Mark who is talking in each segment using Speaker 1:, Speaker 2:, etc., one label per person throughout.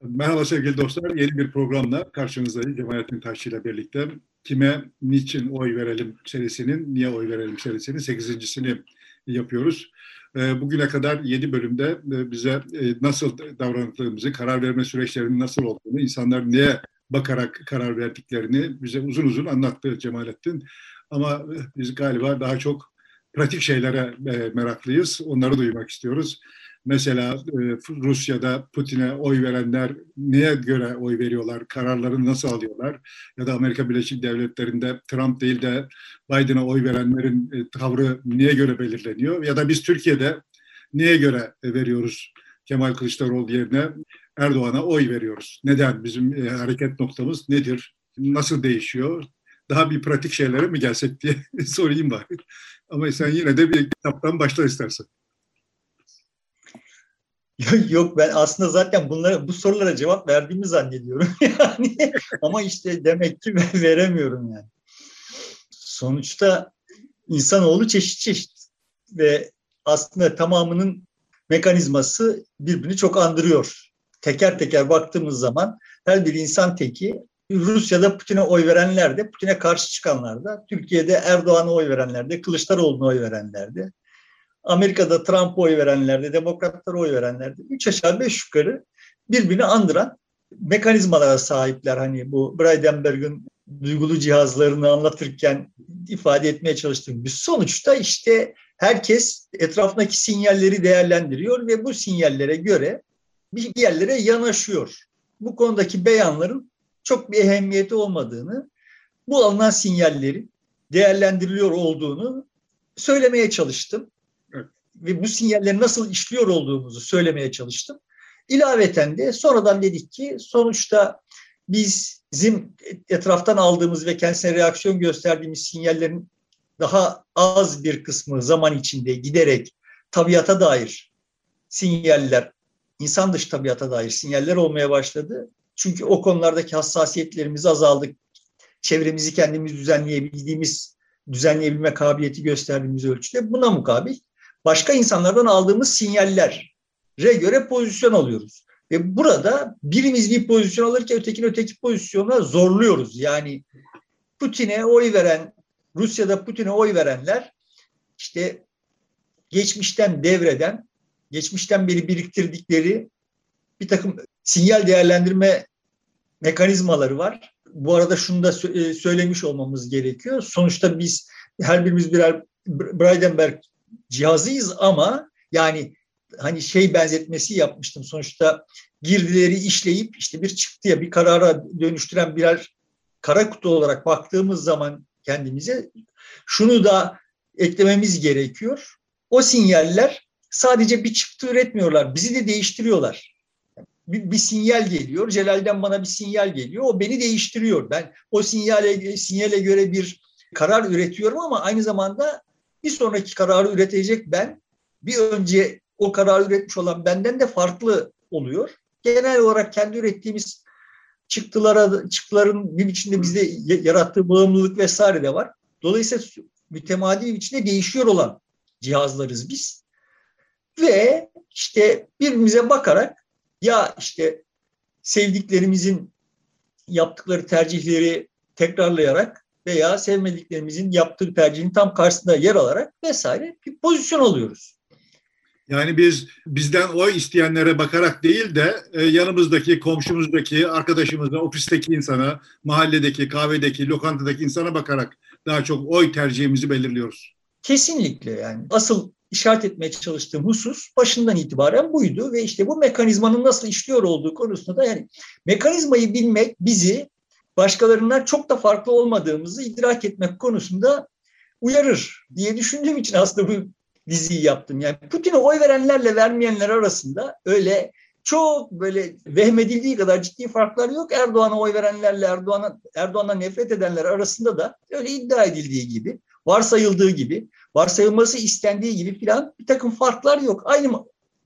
Speaker 1: Merhaba sevgili dostlar. Yeni bir programla karşınızdayız. Cemalettin Taşçı ile birlikte kime, niçin oy verelim serisinin, niye oy verelim serisinin sekizincisini yapıyoruz. Bugüne kadar 7 bölümde bize nasıl davrandığımızı, karar verme süreçlerinin nasıl olduğunu, insanlar neye bakarak karar verdiklerini bize uzun uzun anlattı Cemalettin. Ama biz galiba daha çok pratik şeylere meraklıyız. Onları duymak istiyoruz. Mesela Rusya'da Putin'e oy verenler neye göre oy veriyorlar, kararlarını nasıl alıyorlar? Ya da Amerika Birleşik Devletleri'nde Trump değil de Biden'a oy verenlerin tavrı neye göre belirleniyor? Ya da biz Türkiye'de neye göre veriyoruz Kemal Kılıçdaroğlu yerine Erdoğan'a oy veriyoruz? Neden? Bizim hareket noktamız nedir? Nasıl değişiyor? Daha bir pratik şeylere mi gelsek diye sorayım bari. Ama sen yine de bir kitaptan başla istersen.
Speaker 2: Yok, ben aslında zaten bu sorulara cevap verdiğimi zannediyorum yani, ama işte demek ki veremiyorum yani. Sonuçta insanoğlu çeşit çeşit ve aslında tamamının mekanizması birbirini çok andırıyor. Teker teker baktığımız zaman her bir insan teki, Rusya'da Putin'e oy verenler de, Putin'e karşı çıkanlar da, Türkiye'de Erdoğan'a oy verenler de, Kılıçdaroğlu'na oy verenler de, Amerika'da Trump'a oy verenlerde, demokratlara oy verenlerde, 3 aşağı 5 yukarı birbirini andıran mekanizmalara sahipler. Hani bu Breidenberg'in duygulu cihazlarını anlatırken ifade etmeye çalıştığım bir sonuçta işte herkes etrafındaki sinyalleri değerlendiriyor ve bu sinyallere göre bir yerlere yanaşıyor. Bu konudaki beyanların çok bir ehemmiyeti olmadığını, bu alınan sinyallerin değerlendiriliyor olduğunu söylemeye çalıştım. Ve bu sinyallerin nasıl işliyor olduğumuzu söylemeye çalıştım. İlaveten de sonradan dedik ki sonuçta bizim etraftan aldığımız ve kendisine reaksiyon gösterdiğimiz sinyallerin daha az bir kısmı zaman içinde giderek tabiata dair sinyaller, insan dışı tabiata dair sinyaller olmaya başladı. Çünkü o konulardaki hassasiyetlerimiz azaldı. Çevremizi kendimiz düzenleyebilme kabiliyeti gösterdiğimiz ölçüde, buna mukabil başka insanlardan aldığımız sinyallere göre pozisyon alıyoruz. Ve burada birimiz bir pozisyon alırken öteki pozisyona zorluyoruz. Yani Putin'e oy veren, Rusya'da Putin'e oy verenler işte geçmişten beri biriktirdikleri bir takım sinyal değerlendirme mekanizmaları var. Bu arada şunu da söylemiş olmamız gerekiyor. Sonuçta biz her birimiz birer Breidenberg cihazıyız ama yani hani benzetmesi yapmıştım. Sonuçta girdileri işleyip işte bir çıktıya, bir karara dönüştüren birer kara kutu olarak baktığımız zaman kendimize şunu da eklememiz gerekiyor. O sinyaller sadece bir çıktı üretmiyorlar. Bizi de değiştiriyorlar. Bir sinyal geliyor. Celal'den bana bir sinyal geliyor. O beni değiştiriyor. Ben o sinyale göre bir karar üretiyorum ama aynı zamanda bir sonraki kararı üretecek ben, bir önce o kararı üretmiş olan benden de farklı oluyor. Genel olarak kendi ürettiğimiz çıktıların bir biçimde bizde yarattığı bağımlılık vesaire de var. Dolayısıyla mütemadi bir biçimde değişiyor olan cihazlarız biz. Ve işte birbirimize bakarak ya işte sevdiklerimizin yaptıkları tercihleri tekrarlayarak veya sevmediklerimizin yaptığı tercihin tam karşısında yer alarak vesaire bir pozisyon alıyoruz.
Speaker 1: Yani biz bizden oy isteyenlere bakarak değil de yanımızdaki, komşumuzdaki, arkadaşımıza, ofisteki insana, mahalledeki, kahvedeki, lokantadaki insana bakarak daha çok oy tercihimizi belirliyoruz.
Speaker 2: Kesinlikle yani. Asıl işaret etmeye çalıştığım husus başından itibaren buydu ve işte bu mekanizmanın nasıl işliyor olduğu konusunda da yani mekanizmayı bilmek bizi başkalarından çok da farklı olmadığımızı idrak etmek konusunda uyarır diye düşündüğüm için aslında bu diziyi yaptım. Yani Putin'e oy verenlerle vermeyenler arasında öyle çok böyle vehmedildiği kadar ciddi farklar yok. Erdoğan'a oy verenlerle Erdoğan'a nefret edenler arasında da öyle iddia edildiği gibi, varsayıldığı gibi, varsayılması istendiği gibi filan bir takım farklar yok. Aynı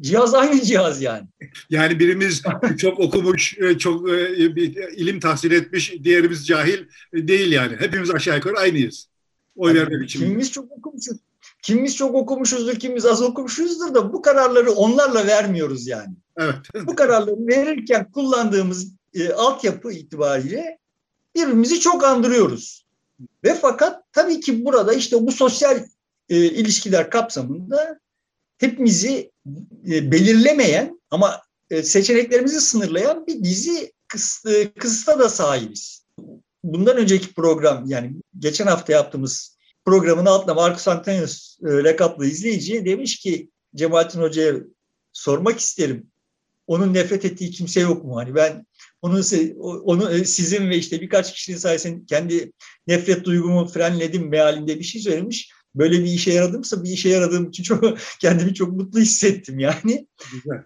Speaker 2: cihaz yani.
Speaker 1: Yani birimiz çok okumuş, çok ilim tahsil etmiş, diğerimiz cahil değil yani. Hepimiz aşağı yukarı aynıyız. Oy verme biçiminde.
Speaker 2: Kimimiz çok okumuşuzdur, kimimiz az okumuşuzdur da bu kararları onlarla vermiyoruz yani.
Speaker 1: Evet.
Speaker 2: Bu kararları verirken kullandığımız altyapı itibariyle birbirimizi çok andırıyoruz. Ve fakat tabii ki burada işte bu sosyal ilişkiler kapsamında hepimizi belirlemeyen ama seçeneklerimizi sınırlayan bir dizi kısıta da sahibiz. Bundan önceki program, yani geçen hafta yaptığımız programın altında Marcus Antonius lakaplı izleyici demiş ki Cemalettin Hoca'ya sormak isterim. Onun nefret ettiği kimse yok mu? Hani ben onu sizin ve işte birkaç kişinin sayesinde kendi nefret duygumu frenledim mealinde bir şey söylemiş. Böyle bir işe yaradımsa bir işe yaradığım için kendimi çok mutlu hissettim yani.
Speaker 1: Güzel.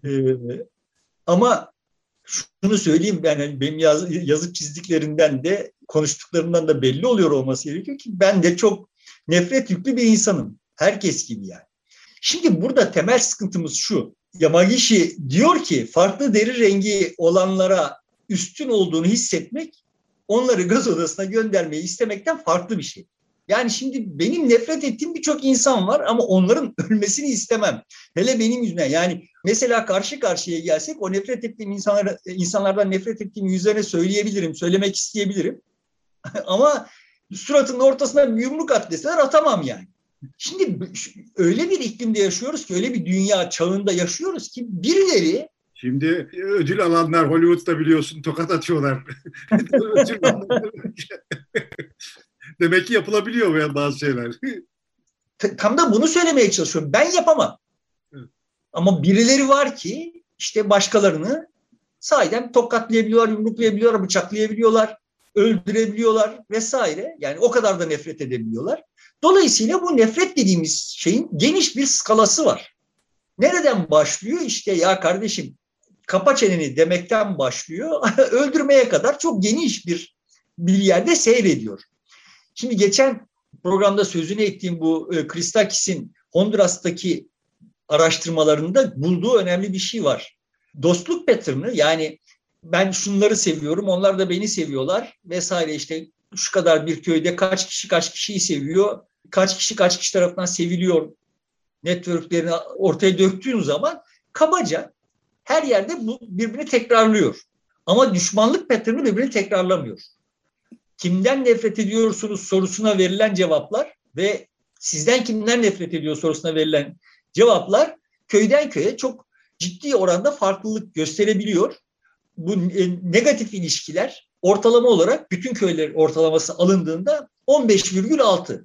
Speaker 2: Ama şunu söyleyeyim, ben yani benim yazıp çizdiklerinden de konuştuklarımdan da belli oluyor olması gerekiyor ki ben de çok nefret yüklü bir insanım. Herkes gibi yani. Şimdi burada temel sıkıntımız şu. Yamagishi diyor ki farklı deri rengi olanlara üstün olduğunu hissetmek, onları gaz odasına göndermeyi istemekten farklı bir şey. Yani şimdi benim nefret ettiğim birçok insan var ama onların ölmesini istemem. Hele benim yüzümden. Yani mesela karşı karşıya gelsek o nefret ettiğim insanlardan nefret ettiğim yüzlerine söyleyebilirim, söylemek isteyebilirim. Ama suratının ortasına bir yumruk at deseler atamam yani. Şimdi öyle bir iklimde yaşıyoruz ki, öyle bir dünya çağında yaşıyoruz ki birileri...
Speaker 1: Şimdi ödül alanlar Hollywood'da biliyorsun tokat atıyorlar. Demek ki yapılabiliyor veya bazı şeyler.
Speaker 2: Tam da bunu söylemeye çalışıyorum. Ben yapamam.
Speaker 1: Evet.
Speaker 2: Ama birileri var ki işte başkalarını sahiden tokatlayabiliyorlar, yumruklayabiliyorlar, bıçaklayabiliyorlar, öldürebiliyorlar vesaire. Yani o kadar da nefret edebiliyorlar. Dolayısıyla bu nefret dediğimiz şeyin geniş bir skalası var. Nereden başlıyor? İşte ya kardeşim kapa çeneni demekten başlıyor. Öldürmeye kadar çok geniş bir yerde seyrediyor. Şimdi geçen programda sözünü ettiğim bu Christakis'in Honduras'taki araştırmalarında bulduğu önemli bir şey var. Dostluk pattern'ı, yani ben şunları seviyorum, onlar da beni seviyorlar vesaire, işte şu kadar bir köyde kaç kişi kaç kişiyi seviyor, kaç kişi kaç kişi tarafından seviliyor networklerini ortaya döktüğün zaman kabaca her yerde bu birbirini tekrarlıyor. Ama düşmanlık pattern'ı birbirini tekrarlamıyor. Kimden nefret ediyorsunuz sorusuna verilen cevaplar ve sizden kimden nefret ediyor sorusuna verilen cevaplar köyden köye çok ciddi oranda farklılık gösterebiliyor. Bu negatif ilişkiler ortalama olarak bütün köylerin ortalaması alındığında 15,6.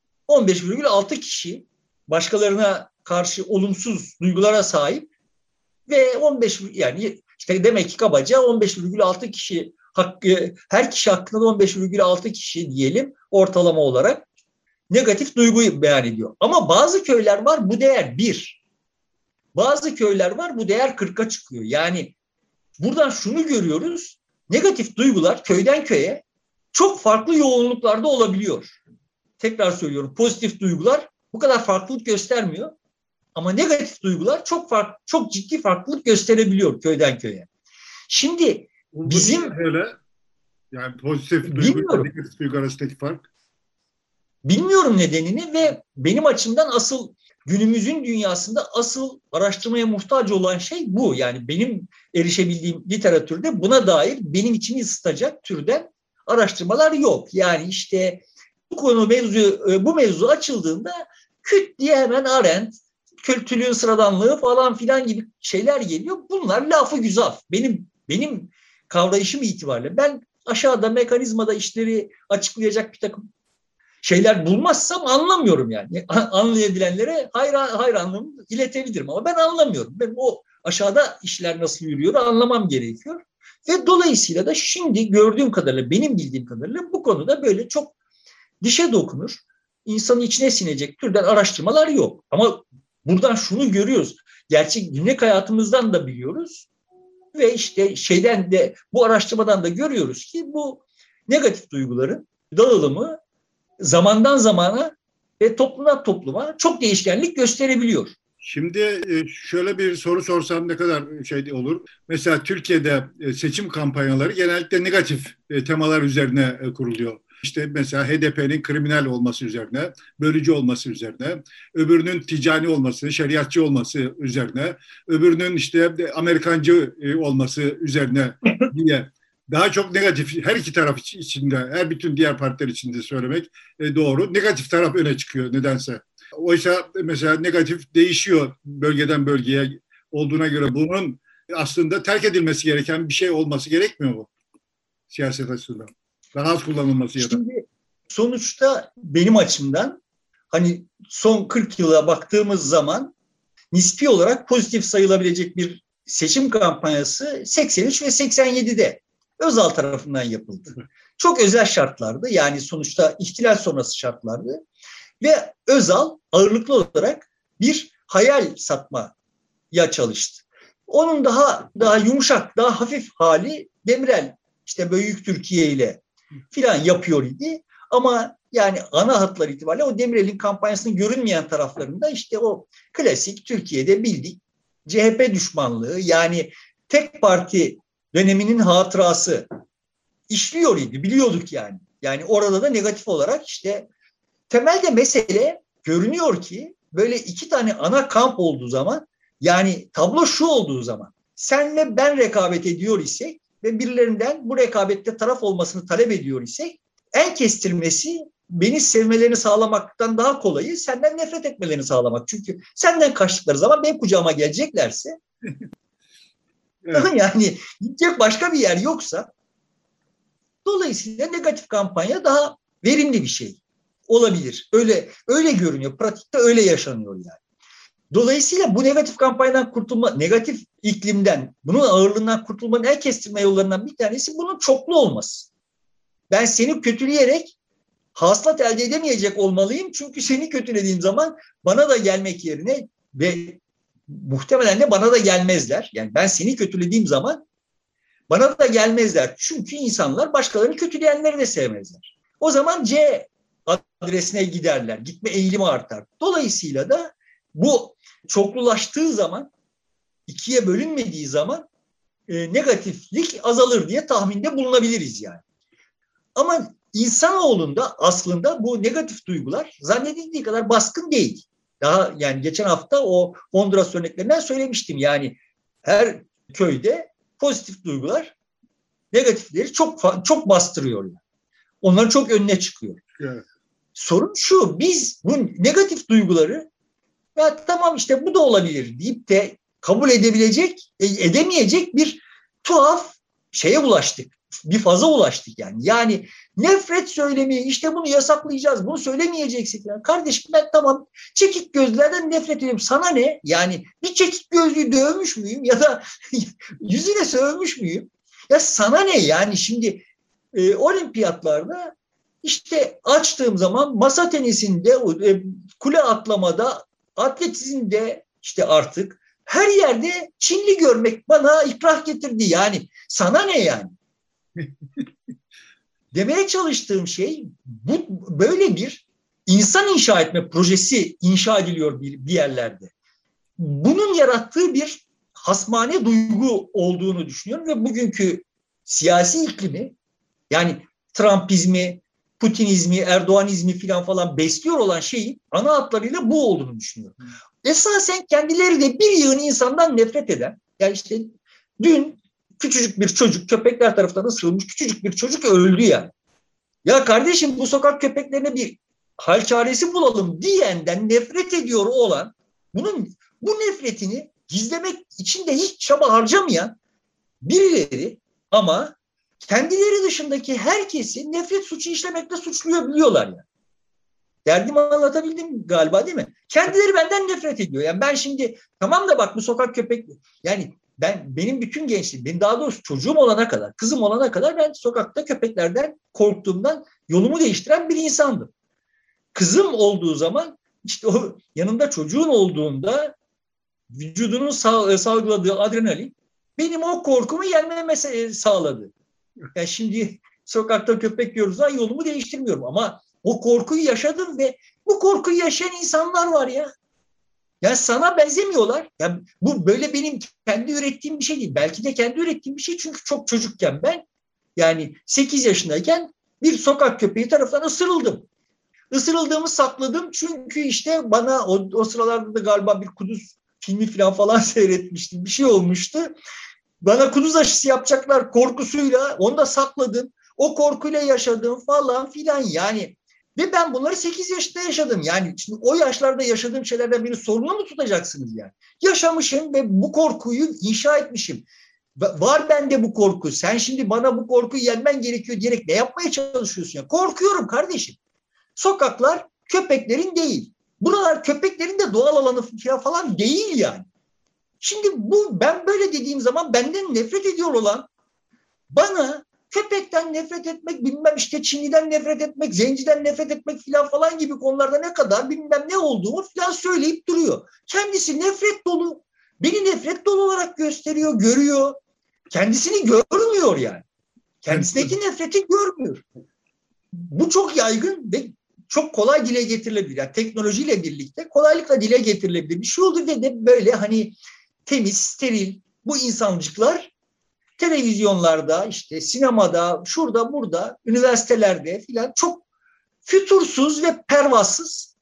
Speaker 2: 15,6 kişi başkalarına karşı olumsuz duygulara sahip ve 15, yani işte demek ki kabaca 15,6 kişi her kişi hakkında 15,6 kişi diyelim ortalama olarak negatif duyguyu beyan ediyor. Ama bazı köyler var bu değer 1. Bazı köyler var bu değer 40'a çıkıyor. Yani buradan şunu görüyoruz. Negatif duygular köyden köye çok farklı yoğunluklarda olabiliyor. Tekrar söylüyorum, pozitif duygular bu kadar farklılık göstermiyor. Ama negatif duygular çok ciddi farklılık gösterebiliyor köyden köye. Şimdi bizim
Speaker 1: böyle yani pozitif duygu ile negatif duygu arasındaki fark.
Speaker 2: Bilmiyorum nedenini ve benim açımdan asıl günümüzün dünyasında asıl araştırmaya muhtaç olan şey bu. Yani benim erişebildiğim literatürde buna dair benim içimi ısıtacak türden araştırmalar yok. Yani işte bu mevzu açıldığında küt diye hemen Arendt, kültürlüğün sıradanlığı falan filan gibi şeyler geliyor. Bunlar lafı güzel. Benim kavrayışım itibariyle ben aşağıda mekanizmada işleri açıklayacak bir takım şeyler bulmazsam anlamıyorum yani. Anlayabilenlere hayranlığımı iletebilirim ama ben anlamıyorum. Ben o aşağıda işler nasıl yürüyor anlamam gerekiyor. Ve dolayısıyla da şimdi gördüğüm kadarıyla, benim bildiğim kadarıyla bu konuda böyle çok dişe dokunur, insanın içine sinecek türden araştırmalar yok. Ama buradan şunu görüyoruz. Gerçek günlük hayatımızdan da biliyoruz. Ve işte şeyden de, bu araştırmadan da görüyoruz ki bu negatif duyguların dağılımı zamandan zamana ve toplumdan topluma çok değişkenlik gösterebiliyor.
Speaker 1: Şimdi şöyle bir soru sorsam ne kadar şey olur? Mesela Türkiye'de seçim kampanyaları genellikle negatif temalar üzerine kuruluyor. İşte mesela HDP'nin kriminal olması üzerine, bölücü olması üzerine, öbürünün ticani olması, şeriatçı olması üzerine, öbürünün işte Amerikancı olması üzerine diye daha çok negatif, her iki taraf içinde, her bütün diğer partiler içinde söylemek doğru. Negatif taraf öne çıkıyor nedense. Oysa mesela negatif değişiyor bölgeden bölgeye olduğuna göre, bunun aslında terk edilmesi gereken bir şey olması gerekmiyor mu siyaset açısından? Daha az kullanılması ya da.
Speaker 2: Şimdi sonuçta benim açımdan hani son 40 yıla baktığımız zaman nispi olarak pozitif sayılabilecek bir seçim kampanyası 83 ve 87'de Özal tarafından yapıldı. Çok özel şartlardı. Yani sonuçta ihtilal sonrası şartlardı. Ve Özal ağırlıklı olarak bir hayal satmaya çalıştı. Onun daha yumuşak, daha hafif hali Demirel işte Büyük Türkiye ile filan yapıyor idi. Ama yani ana hatlar itibariyle o Demirel'in kampanyasının görünmeyen taraflarında işte o klasik Türkiye'de bildik CHP düşmanlığı, yani tek parti döneminin hatırası işliyor idi, biliyorduk yani. Yani orada da negatif olarak işte temelde mesele görünüyor ki böyle iki tane ana kamp olduğu zaman, yani tablo şu olduğu zaman, senle ben rekabet ediyor isek ve birilerinden bu rekabette taraf olmasını talep ediyor isek, en kestirmesi beni sevmelerini sağlamaktan daha kolayı senden nefret etmelerini sağlamak. Çünkü senden kaçtıkları zaman benim kucağıma geleceklerse evet. Yani gidecek başka bir yer yoksa, dolayısıyla negatif kampanya daha verimli bir şey olabilir. Öyle görünüyor. Pratikte öyle yaşanıyor yani. Dolayısıyla bu negatif kampanyadan kurtulma, negatif iklimden, bunun ağırlığından kurtulmanın en kestirme yollarından bir tanesi bunun çoklu olması. Ben seni kötüleyerek hasılat elde edemeyecek olmalıyım. Çünkü seni kötülediğim zaman bana da gelmek yerine ve muhtemelen de bana da gelmezler. Yani ben seni kötülediğim zaman bana da gelmezler. Çünkü insanlar başkalarını kötüleyenleri de sevmezler. O zaman C adresine giderler. Gitme eğilimi artar. Dolayısıyla da bu çoklulaştığı zaman, ikiye bölünmediği zaman negatiflik azalır diye tahminde bulunabiliriz yani. Ama insanoğlunda aslında bu negatif duygular zannedildiği kadar baskın değil. Daha yani geçen hafta o Honduras örneklerinden söylemiştim. Yani her köyde pozitif duygular negatifleri çok bastırıyorlar. Onların çok önüne çıkıyor.
Speaker 1: Evet.
Speaker 2: Sorun şu, biz bu negatif duyguları ya tamam işte bu da olabilir deyip de kabul edemeyecek bir tuhaf şeye ulaştık. Bir faza ulaştık yani. Yani nefret söylemi, işte bunu yasaklayacağız, bunu söylemeyeceksin. Yani kardeşim ben tamam çekik gözlülerden nefret ediyorum. Sana ne? Yani bir çekik gözlüyü dövmüş müyüm ya da yüzüne sövmüş müyüm? Ya sana ne yani? Şimdi olimpiyatlarda işte açtığım zaman masa tenisinde, kule atlamada, atletizmde, işte artık her yerde Çinli görmek bana ikrah getirdi. Yani sana ne yani? Demeye çalıştığım şey, bu böyle bir insan inşa etme projesi inşa ediliyor bir yerlerde. Bunun yarattığı bir hasmane duygu olduğunu düşünüyorum ve bugünkü siyasi iklimi, yani Trumpizmi, Putinizmi, Erdoğanizmi falan besliyor olan şeyin ana hatlarıyla bu olduğunu düşünüyorum. Esasen kendileri de bir yığın insandan nefret eden, yani işte dün küçücük bir çocuk, köpekler tarafından ısırılmış küçücük bir çocuk öldü yani. Ya kardeşim bu sokak köpeklerine bir hal çaresi bulalım diyenden nefret ediyor olan, bu nefretini gizlemek için de hiç çaba harcamayan birileri, ama kendileri dışındaki herkesi nefret suçu işlemekle suçluyor biliyorlar yani. Derdimi anlatabildim galiba değil mi? Kendileri benden nefret ediyor. Yani ben şimdi tamam da bak bu sokak köpek, yani benim bütün gençliğim, benim daha doğrusu çocuğum olana kadar, kızım olana kadar ben sokakta köpeklerden korktuğumdan yolumu değiştiren bir insandım. Kızım olduğu zaman işte o yanında çocuğun olduğunda vücudunun salgıladığı adrenalin benim o korkumu yenmeme sağladı. Yani şimdi sokakta köpek görürüz, yolumu değiştirmiyorum ama o korkuyu yaşadım ve bu korkuyu yaşayan insanlar var ya. Yani sana benzemiyorlar. Yani bu böyle benim kendi ürettiğim bir şey değil. Belki de kendi ürettiğim bir şey, çünkü çok çocukken ben, yani 8 yaşındayken bir sokak köpeği tarafından ısırıldım. Isırıldığımı sakladım çünkü işte bana o sıralarda da galiba bir kuduz filmi falan seyretmiştim. Bir şey olmuştu. Bana kuduz aşısı yapacaklar korkusuyla onu da sakladım. O korkuyla yaşadım falan filan yani. Ve ben bunları 8 yaşında yaşadım. Yani şimdi o yaşlarda yaşadığım şeylerden beni sorumlu mu tutacaksınız yani? Yaşamışım ve bu korkuyu inşa etmişim. Var bende bu korku. Sen şimdi bana bu korkuyu yenmen gerekiyor diyerek ne yapmaya çalışıyorsun ya? Korkuyorum kardeşim. Sokaklar köpeklerin değil. Buralar köpeklerin de doğal alanı falan değil yani. Şimdi ben böyle dediğim zaman benden nefret ediyor olan bana köpekten nefret etmek, bilmem işte Çinli'den nefret etmek, zenciden nefret etmek falan gibi konularda ne kadar bilmem ne olduğumu söyleyip duruyor. Kendisi nefret dolu. Beni nefret dolu olarak gösteriyor, görüyor. Kendisini görmüyor yani. Kendisindeki nefreti görmüyor. Bu çok yaygın ve çok kolay dile getirilebilir. Yani teknolojiyle birlikte kolaylıkla dile getirilebilir bir şey oldu ve de böyle hani temiz, steril bu insancıklar televizyonlarda, işte sinemada, şurada, burada, üniversitelerde filan çok fütursuz ve pervasız,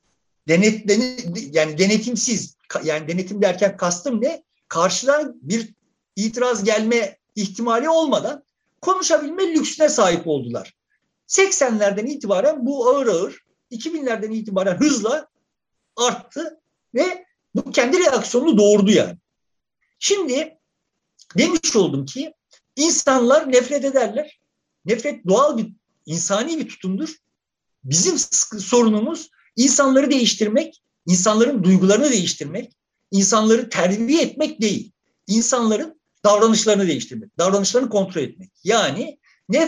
Speaker 2: yani denetimsiz, yani denetim derken kastım ne? Karşıdan bir itiraz gelme ihtimali olmadan konuşabilme lüksüne sahip oldular. 80'lerden itibaren bu ağır ağır 2000'lerden itibaren hızla arttı ve bu kendi reaksiyonunu doğurdu yani. Şimdi demiş oldum ki insanlar nefret ederler. Nefret doğal bir insani bir tutumdur. Bizim sorunumuz insanları değiştirmek, insanların duygularını değiştirmek, insanları terbiye etmek değil. İnsanların davranışlarını değiştirmek, davranışlarını kontrol etmek. Yani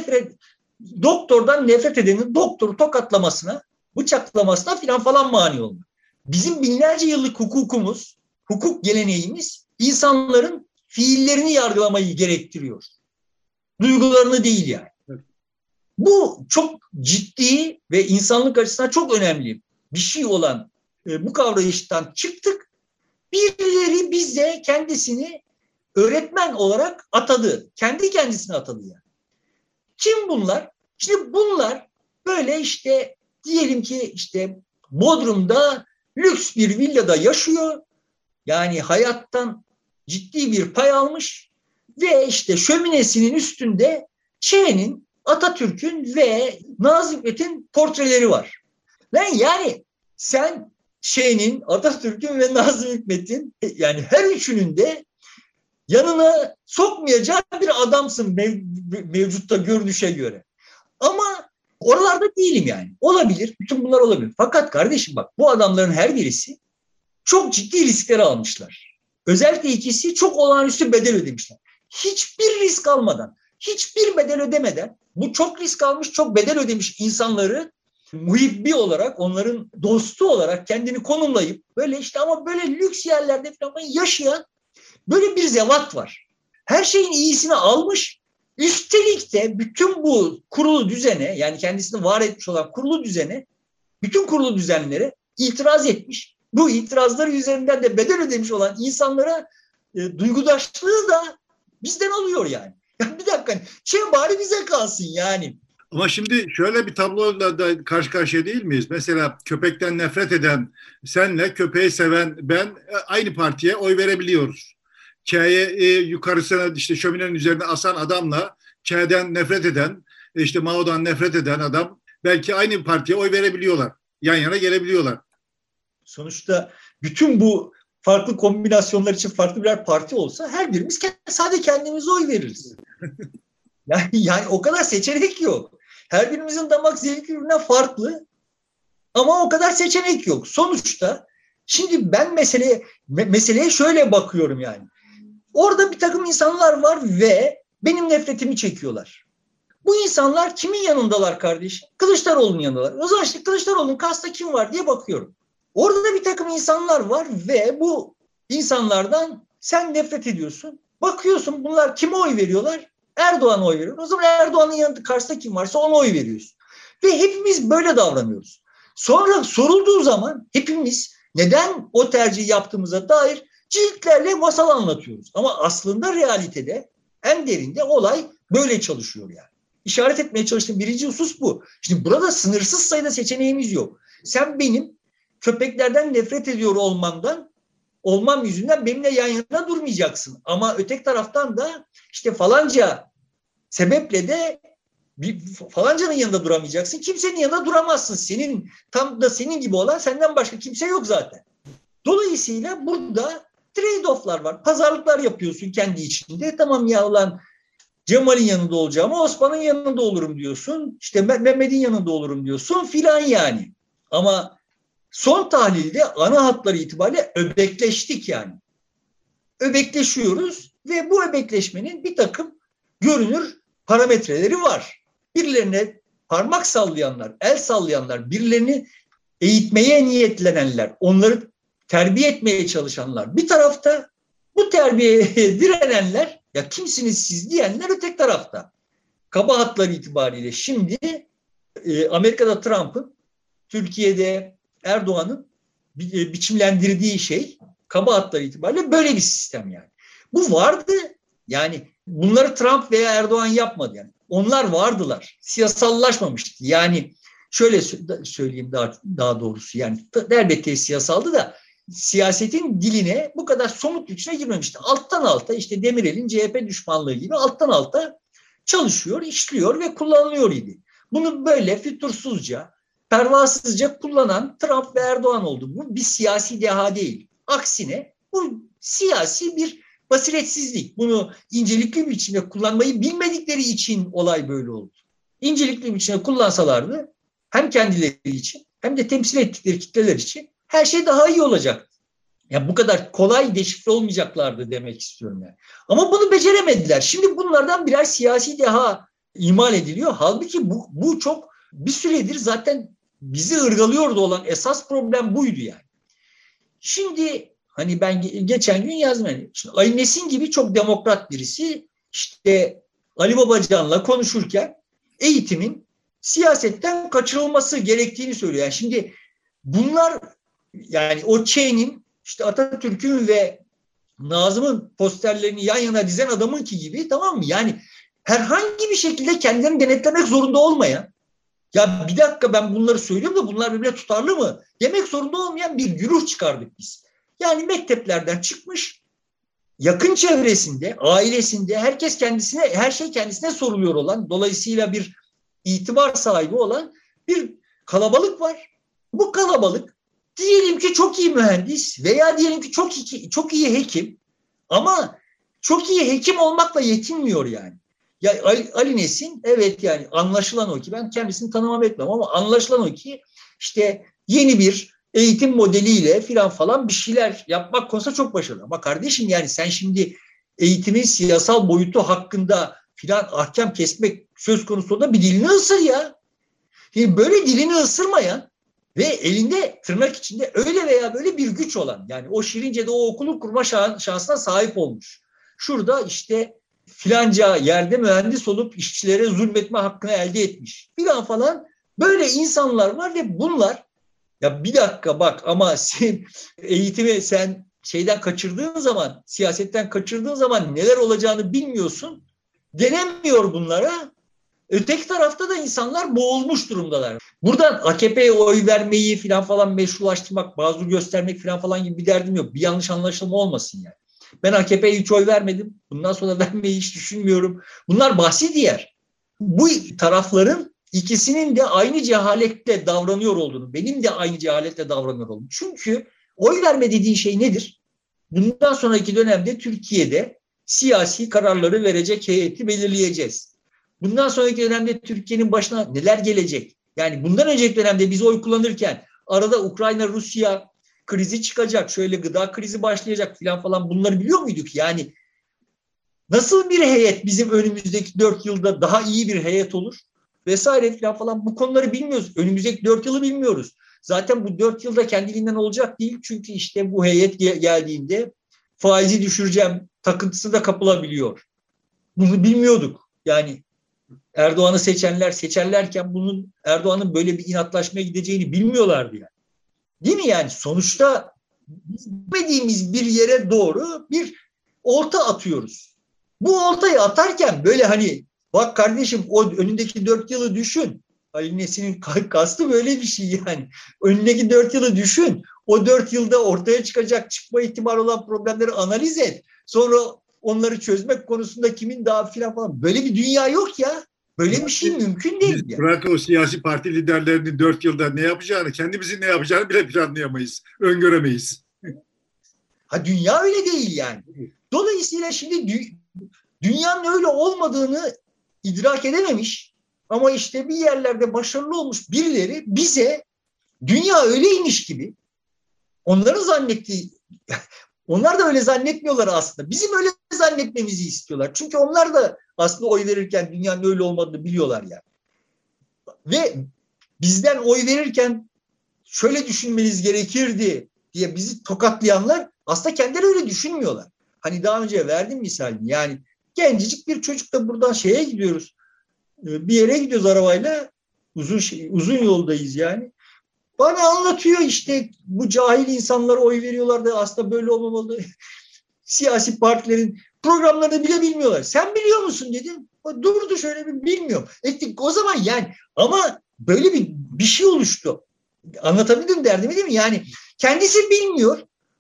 Speaker 2: doktordan nefret edenin doktoru tokatlamasına, bıçaklamasına falan mani olmak. Bizim binlerce yıllık hukukumuz, hukuk geleneğimiz insanların fiillerini yargılamayı gerektiriyor. Duygularını değil yani. Bu çok ciddi ve insanlık açısından çok önemli bir şey olan bu kavrayıştan çıktık. Birileri bize kendisini öğretmen olarak atadı. Kendi kendisine atadı yani. Kim bunlar? Şimdi bunlar böyle işte diyelim ki işte Bodrum'da lüks bir villada yaşıyor. Yani hayattan ciddi bir pay almış ve işte şöminesinin üstünde Çe'nin, Atatürk'ün ve Nazım Hikmet'in portreleri var. Yani sen Çe'nin, Atatürk'ün ve Nazım Hikmet'in yani her üçünün de yanına sokmayacağı bir adamsın mevcutta görünüşe göre. Ama oralarda değilim yani. Olabilir. Bütün bunlar olabilir. Fakat kardeşim bak bu adamların her birisi çok ciddi riskler almışlar. Özellikle ikisi çok olağanüstü bedel ödemişler. Hiçbir risk almadan, hiçbir bedel ödemeden bu çok risk almış, çok bedel ödemiş insanları muhibbi olarak, onların dostu olarak kendini konumlayıp böyle işte ama böyle lüks yerlerde falan yaşayan böyle bir zevat var. Her şeyin iyisini almış. Üstelik de bütün bu kurulu düzene yani kendisini var etmiş olan kurulu düzene, bütün kurulu düzenlere itiraz etmiş. Bu itirazları üzerinden de bedel ödemiş olan insanlara duygudaşlığı da bizden alıyor yani. Ya bir dakika bari bize kalsın yani.
Speaker 1: Ama şimdi şöyle bir tabloyla da karşı karşıya değil miyiz? Mesela köpekten nefret eden senle köpeği seven ben aynı partiye oy verebiliyoruz. Ç'ye yukarısına işte şöminenin üzerine asan adamla Ç'den nefret eden, işte Mao'dan nefret eden adam belki aynı partiye oy verebiliyorlar. Yan yana gelebiliyorlar.
Speaker 2: Sonuçta bütün bu farklı kombinasyonlar için farklı birer parti olsa her birimiz sadece kendimize oy veririz. Yani o kadar seçenek yok. Her birimizin damak zevki birbirinden farklı ama o kadar seçenek yok. Sonuçta şimdi ben meseleye şöyle bakıyorum yani. Orada bir takım insanlar var ve benim nefretimi çekiyorlar. Bu insanlar kimin yanındalar kardeşim? Kılıçdaroğlu'nun yanındalar. O zaman işte Kılıçdaroğlu'nun kasta kim var diye bakıyorum. Orada da bir takım insanlar var ve bu insanlardan sen nefret ediyorsun. Bakıyorsun bunlar kime oy veriyorlar? Erdoğan'a oy veriyor. O zaman Erdoğan'ın yanında karşısında kim varsa ona oy veriyorsun. Ve hepimiz böyle davranıyoruz. Sonra sorulduğu zaman hepimiz neden o tercihi yaptığımıza dair ciltlerle masal anlatıyoruz. Ama aslında realitede en derinde olay böyle çalışıyor yani. işaret etmeye çalıştığım birinci husus bu. Şimdi burada sınırsız sayıda seçeneğimiz yok. Sen benim köpeklerden nefret ediyor olmam yüzünden benimle yan yana durmayacaksın. Ama öteki taraftan da işte falanca sebeple de falancanın yanında duramayacaksın. Kimsenin yanında duramazsın. Tam da senin gibi olan senden başka kimse yok zaten. Dolayısıyla burada trade-off'lar var. Pazarlıklar yapıyorsun kendi içinde. Tamam ya ulan Cemal'in yanında olacağım, Osman'ın yanında olurum diyorsun. İşte Mehmet'in yanında olurum diyorsun filan yani. Ama son tahlilde ana hatları itibariyle öbekleştik yani. Öbekleşiyoruz ve bu öbekleşmenin bir takım görünür parametreleri var. Birilerine parmak sallayanlar, el sallayanlar, birilerini eğitmeye niyetlenenler, onları terbiye etmeye çalışanlar bir tarafta, bu terbiyeye direnenler, ya kimsiniz siz diyenler öteki tarafta. Kaba hatları itibariyle şimdi Amerika'da Trump'ın, Türkiye'de Erdoğan'ın biçimlendirdiği şey kaba hatları itibariyle böyle bir sistem yani. Bu vardı yani, bunları Trump veya Erdoğan yapmadı yani. Onlar vardılar. Siyasallaşmamıştı. Yani şöyle söyleyeyim daha doğrusu yani elbette siyasaldı da siyasetin diline bu kadar somut içine girmemişti. Alttan alta işte Demirel'in CHP düşmanlığı gibi alttan alta çalışıyor, işliyor ve kullanılıyor idi. Bunu böyle fütursuzca, pervasızca kullanan Trump ve Erdoğan oldu. Bu bir siyasi deha değil. Aksine bu siyasi bir basiretsizlik. Bunu incelikli bir biçimde kullanmayı bilmedikleri için olay böyle oldu. İncelikli bir biçimde kullansalardı hem kendileri için hem de temsil ettikleri kitleler için her şey daha iyi olacak. Ya bu kadar kolay deşifre olmayacaklardı demek istiyorum yani. Ama bunu beceremediler. Şimdi bunlardan birer siyasi deha imal ediliyor. Halbuki bu çok bir süredir zaten bizi ırgalıyordu olan esas problem buydu yani. Şimdi hani ben geçen gün yazdım. Yani, Ali Nesin gibi çok demokrat birisi işte Ali Babacan'la konuşurken eğitimin siyasetten kaçırılması gerektiğini söylüyor. Yani şimdi bunlar yani o Çey'nin işte Atatürk'ün ve Nazım'ın posterlerini yan yana dizen adamınki gibi, tamam mı? Yani herhangi bir şekilde kendilerini denetlemek zorunda olmayan, ya bir dakika ben bunları söylüyorum da bunlar birbirine tutarlı mı demek zorunda olmayan bir güruh çıkardık biz. Yani mekteplerden çıkmış, yakın çevresinde, ailesinde herkes kendisine, her şey kendisine soruluyor olan, dolayısıyla bir itibar sahibi olan bir kalabalık var. Bu kalabalık diyelim ki çok iyi mühendis veya diyelim ki çok iyi hekim, ama çok iyi hekim olmakla yetinmiyor yani. Ya Ali Nesin, evet yani anlaşılan o ki, ben kendisini tanımam etmem ama anlaşılan o ki işte yeni bir eğitim modeliyle filan falan bir şeyler yapmak konusunda çok başarılı. Ama kardeşim yani sen şimdi eğitimin siyasal boyutu hakkında filan ahkam kesmek söz konusu da bir dilini ısır ya. Şimdi böyle dilini ısırmayan ve elinde tırnak içinde öyle veya böyle bir güç olan, yani o Şirince'de o okulu kurma şansına sahip olmuş. Şurada işte filanca yerde mühendis olup işçilere zulmetme hakkını elde etmiş filan falan, böyle insanlar var ve bunlar, ya bir dakika bak ama sen eğitimi sen şeyden kaçırdığın zaman, siyasetten kaçırdığın zaman neler olacağını bilmiyorsun, denemiyor bunlara. Öteki tarafta da insanlar boğulmuş durumdalar. Buradan AKP'ye oy vermeyi falan meşrulaştırmak, bazı göstermek falan gibi bir derdim yok. Bir yanlış anlaşılma olmasın yani. Ben AKP'ye hiç oy vermedim. Bundan sonra vermeyi hiç düşünmüyorum. Bunlar bahsi diğer. Bu tarafların ikisinin de aynı cehaletle davranıyor olduğunu, benim de aynı cehaletle davranıyor olduğunu. Çünkü oy verme dediğin şey nedir? Bundan sonraki dönemde Türkiye'de siyasi kararları verecek heyeti belirleyeceğiz. Bundan sonraki dönemde Türkiye'nin başına neler gelecek? Yani bundan önceki dönemde biz oy kullanırken arada Ukrayna-Rusya krizi çıkacak, şöyle gıda krizi başlayacak falan bunları biliyor muyduk? Yani nasıl bir heyet bizim önümüzdeki 4 yılda daha iyi bir heyet olur? Vesaire falan bu konuları bilmiyoruz. Önümüzdeki 4 yılı bilmiyoruz. Zaten bu 4 yılda kendiliğinden olacak değil. Çünkü işte bu heyet geldiğinde faizi düşüreceğim takıntısı da kapılabiliyor. Bunu bilmiyorduk. Yani Erdoğan'ı seçerlerken bunun, Erdoğan'ın böyle bir inatlaşmaya gideceğini bilmiyorlardı yani. Değil mi yani? Sonuçta bilmediğimiz bir yere doğru bir olta atıyoruz. Bu oltayı atarken böyle hani Bak kardeşim, o önündeki 4 yılı düşün. Ali Nesin'in kastı böyle bir şey yani. Önündeki 4 yılı düşün. O 4 yılda ortaya çıkma ihtimali olan problemleri analiz et. Sonra onları çözmek konusunda kimin daha filan falan. Böyle bir dünya yok ya. Böyle bir şey mümkün değil.
Speaker 1: Biz bırak o siyasi parti liderlerinin 4 yılda ne yapacağını, kendimizin ne yapacağını bile planlayamayız, öngöremeyiz.
Speaker 2: Ha, dünya öyle değil yani. Dolayısıyla şimdi dünyanın öyle olmadığını idrak edememiş ama işte bir yerlerde başarılı olmuş birileri bize dünya öyleymiş gibi, onların zannettiği, onlar da öyle zannetmiyorlar aslında. Bizim öyle zannetmemizi istiyorlar. Çünkü onlar da aslında oy verirken dünyanın öyle olmadığını biliyorlar yani. Ve bizden oy verirken şöyle düşünmeniz gerekirdi diye bizi tokatlayanlar aslında kendileri öyle düşünmüyorlar. Hani daha önce verdim misalini. Yani gencecik bir çocuk da buradan şeye gidiyoruz. Bir yere gidiyoruz arabayla. Uzun yoldayız yani. Bana anlatıyor işte bu cahil insanlara oy veriyorlar da aslında böyle olmamalı. Siyasi partilerin programlarını bile bilmiyorlar. Sen biliyor musun dedim. Durdu şöyle bir, bilmiyorum. O zaman yani, ama böyle bir şey oluştu. Anlatabildim derdimi değil mi? Yani kendisi bilmiyor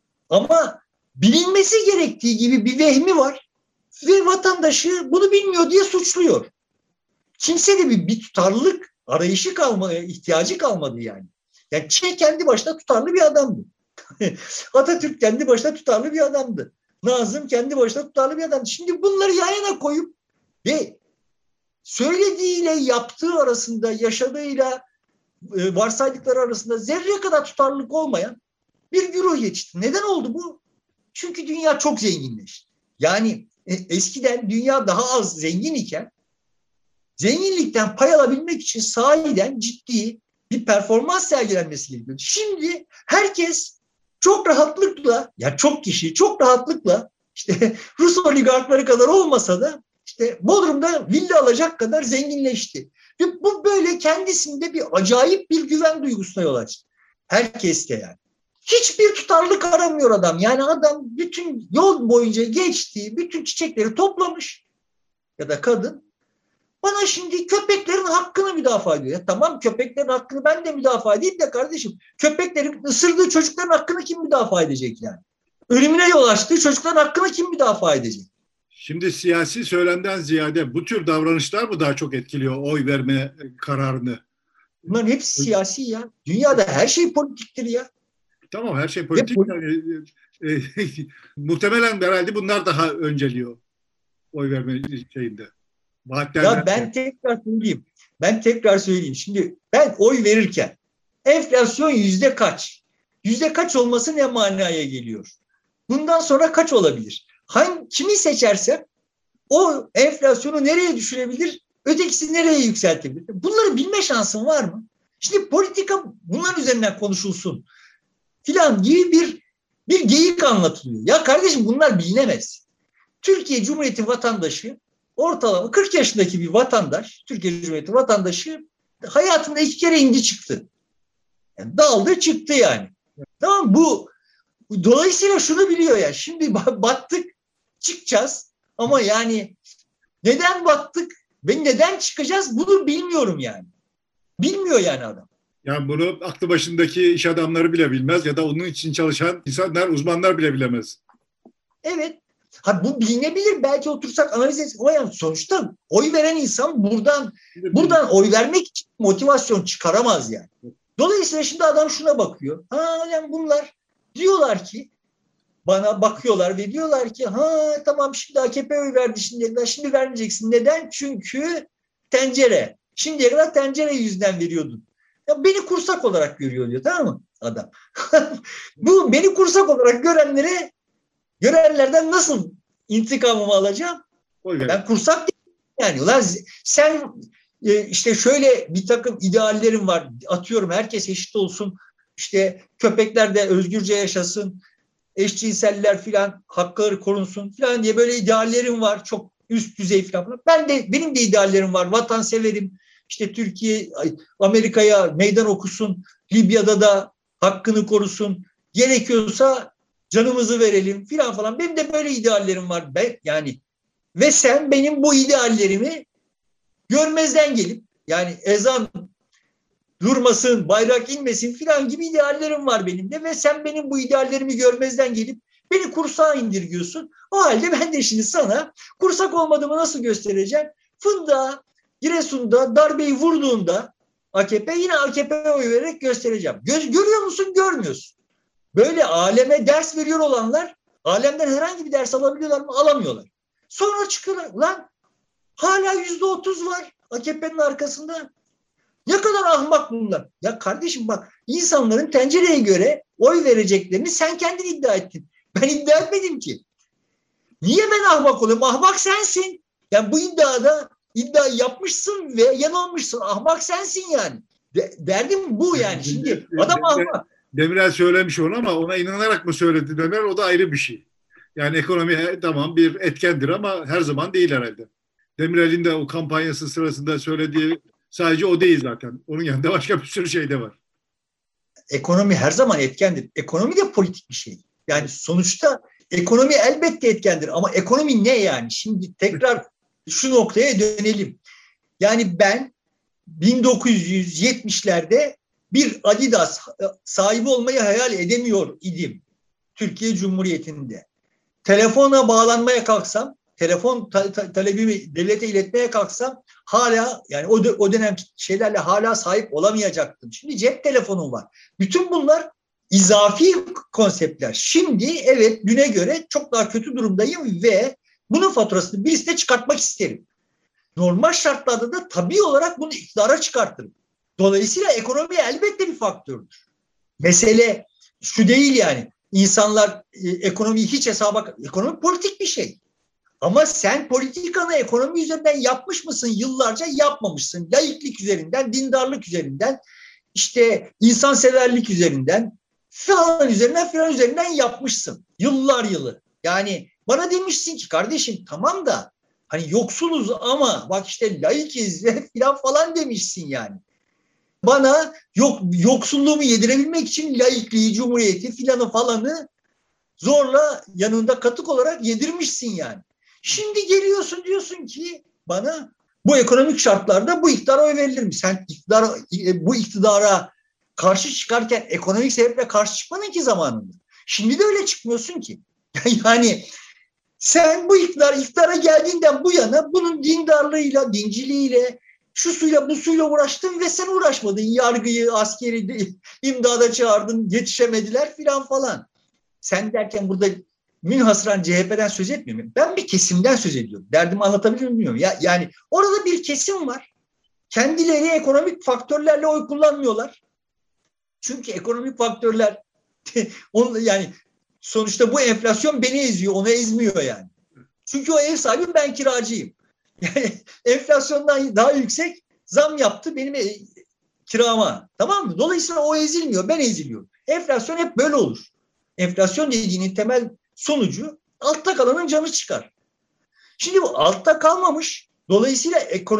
Speaker 2: ama bilinmesi gerektiği gibi bir vehmi var ve vatandaşı bunu bilmiyor diye suçluyor. Kimse de bir tutarlılık arayışı ihtiyacı kalmadı yani. Yani kendi başına tutarlı bir adamdı. Atatürk kendi başına tutarlı bir adamdı. Nazım kendi başına tutarlı bir adamdı. Şimdi bunları yan yana koyup ve söylediğiyle yaptığı arasında, yaşadığıyla varsaydıkları arasında zerre kadar tutarlılık olmayan bir güruh yetişti. Neden oldu bu? Çünkü dünya çok zenginleşti. Yani eskiden dünya daha az zengin iken zenginlikten pay alabilmek için sahiden ciddi bir performans sergilenmesi gerekiyor. Şimdi herkes çok rahatlıkla, ya çok kişi çok rahatlıkla işte Rus oligarkları kadar olmasa da işte Bodrum'da villa alacak kadar zenginleşti. Ve bu böyle kendisinde bir acayip bir güven duygusuna yol açtı. Herkeste yani. Hiçbir tutarlılık aramıyor adam. Yani adam bütün yol boyunca geçtiği bütün çiçekleri toplamış, ya da kadın. Bana şimdi köpeklerin hakkını müdafaa ediyor. Ya tamam, köpeklerin hakkını ben de müdafaa edeyim de kardeşim, köpeklerin ısırdığı çocukların hakkını kim müdafaa edecek yani? Ölümüne yol açtığı çocukların hakkını kim müdafaa edecek?
Speaker 1: Şimdi siyasi söylemden ziyade bu tür davranışlar mı daha çok etkiliyor oy verme kararını?
Speaker 2: Bunların hepsi siyasi ya. Dünyada her şey politiktir ya.
Speaker 1: Tamam, her şey politik. Yani, muhtemelen herhalde bunlar daha önceliyor oy verme şeyinde.
Speaker 2: Ya ben tekrar söyleyeyim. Şimdi ben oy verirken enflasyon yüzde kaç? Yüzde kaç olması ne manaya geliyor? Bundan sonra kaç olabilir? Kimi seçersem o enflasyonu nereye düşürebilir? Ötekisi nereye yükseltebilir? Bunları bilme şansın var mı? Şimdi politika bunların üzerinden konuşulsun filan gibi bir geyik anlatılıyor. Ya kardeşim, bunlar bilinemez. Türkiye Cumhuriyeti vatandaşı, ortalama 40 yaşındaki bir vatandaş, Türkiye Cumhuriyeti vatandaşı hayatında 2 kere indi çıktı. Yani daldı çıktı yani. Tamam, dolayısıyla şunu biliyor ya. Şimdi battık, çıkacağız ama yani neden battık ve neden çıkacağız bunu bilmiyorum yani. Bilmiyor yani adam.
Speaker 1: Yani bunu aklı başındaki iş adamları bile bilmez ya da onun için çalışan insanlar, uzmanlar bile bilemez.
Speaker 2: Evet. Bu bilinebilir. Belki otursak analiz etsek. Ama yani sonuçta oy veren insan buradan oy vermek için motivasyon çıkaramaz yani. Dolayısıyla şimdi adam şuna bakıyor. Yani bunlar diyorlar ki, bana bakıyorlar ve diyorlar ki tamam, şimdi AKP oy verdi, şimdi vermeyeceksin. Neden? Çünkü tencere. Şimdiye kadar tencere yüzünden veriyordun. Ya beni kursak olarak görüyor diyor, tamam mı adam? Bu beni kursak olarak görenlerden nasıl intikamımı alacağım? Ben kursak değilim yani. Ulan sen işte şöyle bir takım ideallerim var. Atıyorum, herkes eşit olsun. İşte köpekler de özgürce yaşasın. Eşcinseller filan hakları korunsun filan diye böyle ideallerim var. Çok üst düzey filan. Benim de ideallerim var. Vatanseverim. İşte Türkiye Amerika'ya meydan okusun. Libya'da da hakkını korusun. Gerekiyorsa canımızı verelim falan. Benim de böyle ideallerim var. Yani ve sen benim bu ideallerimi görmezden gelip yani ezan durmasın, bayrak inmesin filan gibi ideallerim var benim de ve sen benim bu ideallerimi görmezden gelip beni kursağa indirgiyorsun. O halde ben de şimdi sana kursak olmadığımı nasıl göstereceğim? Funda, Giresun'da darbeyi vurduğunda AKP yine AKP'ye oy vererek göstereceğim. Görüyor musun? Görmüyorsun. Böyle aleme ders veriyor olanlar alemden herhangi bir ders alabiliyorlar mı? Alamıyorlar. Sonra çıkıyorlar. Lan hala %30 var AKP'nin arkasında. Ne kadar ahmak bunlar. Ya kardeşim bak insanların tencereye göre oy vereceklerini sen kendin iddia ettin. Ben iddia etmedim ki. Niye ben ahmak oluyorum? Ahmak sensin. Yani bu iddiayı yapmışsın ve yanılmışsın. Ahmak sensin yani. Derdim bu yani. Şimdi adam ahmak.
Speaker 1: Demirel söylemiş onu ama ona inanarak mı söyledi Demirel? O da ayrı bir şey. Yani ekonomi tamam bir etkendir ama her zaman değil herhalde. Demirel'in de o kampanyası sırasında söylediği sadece o değil zaten. Onun yanında başka bir sürü şey de var.
Speaker 2: Ekonomi her zaman etkendir. Ekonomi de politik bir şey. Yani sonuçta ekonomi elbette etkendir ama ekonomi ne yani? Şimdi tekrar şu noktaya dönelim. Yani ben 1970'lerde bir Adidas sahibi olmayı hayal edemiyor idim. Türkiye Cumhuriyeti'nde. Telefona bağlanmaya kalksam, telefon talebimi devlete iletmeye kalksam hala yani o dönem şeylerle hala sahip olamayacaktım. Şimdi cep telefonum var. Bütün bunlar izafi konseptler. Şimdi evet düne göre çok daha kötü durumdayım ve bunun faturasını birisine çıkartmak isterim. Normal şartlarda da tabii olarak bunu iktidara çıkartırım. Dolayısıyla ekonomi elbette bir faktördür. Mesele şu değil yani. İnsanlar ekonomiyi hiç hesaba... Ekonomi politik bir şey. Ama sen politikanı ekonomi üzerinden yapmış mısın? Yıllarca yapmamışsın. Laiklik üzerinden, dindarlık üzerinden, işte insanseverlik üzerinden, falan üzerinden yapmışsın. Yıllar yılı. Yani bana demişsin ki kardeşim tamam da hani yoksuluz ama bak işte laikiz falan demişsin yani. Bana yoksulluğumu yedirebilmek için laikliği, cumhuriyeti filanı falanı zorla yanında katık olarak yedirmişsin yani. Şimdi geliyorsun diyorsun ki bana bu ekonomik şartlarda bu iktidara oy verilir mi? Sen bu iktidara karşı çıkarken ekonomik sebeple karşı çıkmadın ki zamanında. Şimdi de öyle çıkmıyorsun ki. Yani sen bu iktidara geldiğinden bu yana bunun dindarlığıyla, dinciliğiyle, şu suyla bu suyla uğraştın ve sen uğraşmadın. Yargıyı, askeri imdada çağırdın, yetişemediler filan falan. Sen derken burada münhasıran CHP'den söz etmiyorum. Ben bir kesimden söz ediyorum. Derdimi anlatabiliyor muyum? Yani orada bir kesim var. Kendileri ekonomik faktörlerle oy kullanmıyorlar. Çünkü ekonomik faktörler yani sonuçta bu enflasyon beni eziyor, onu ezmiyor yani. Çünkü o ev sahibi ben kiracıyım. Yani enflasyondan daha yüksek zam yaptı benim kirama. Tamam mı? Dolayısıyla o ezilmiyor, ben eziliyorum. Enflasyon hep böyle olur. Enflasyon dediğinin temel sonucu altta kalanın canı çıkar. Şimdi bu altta kalmamış, dolayısıyla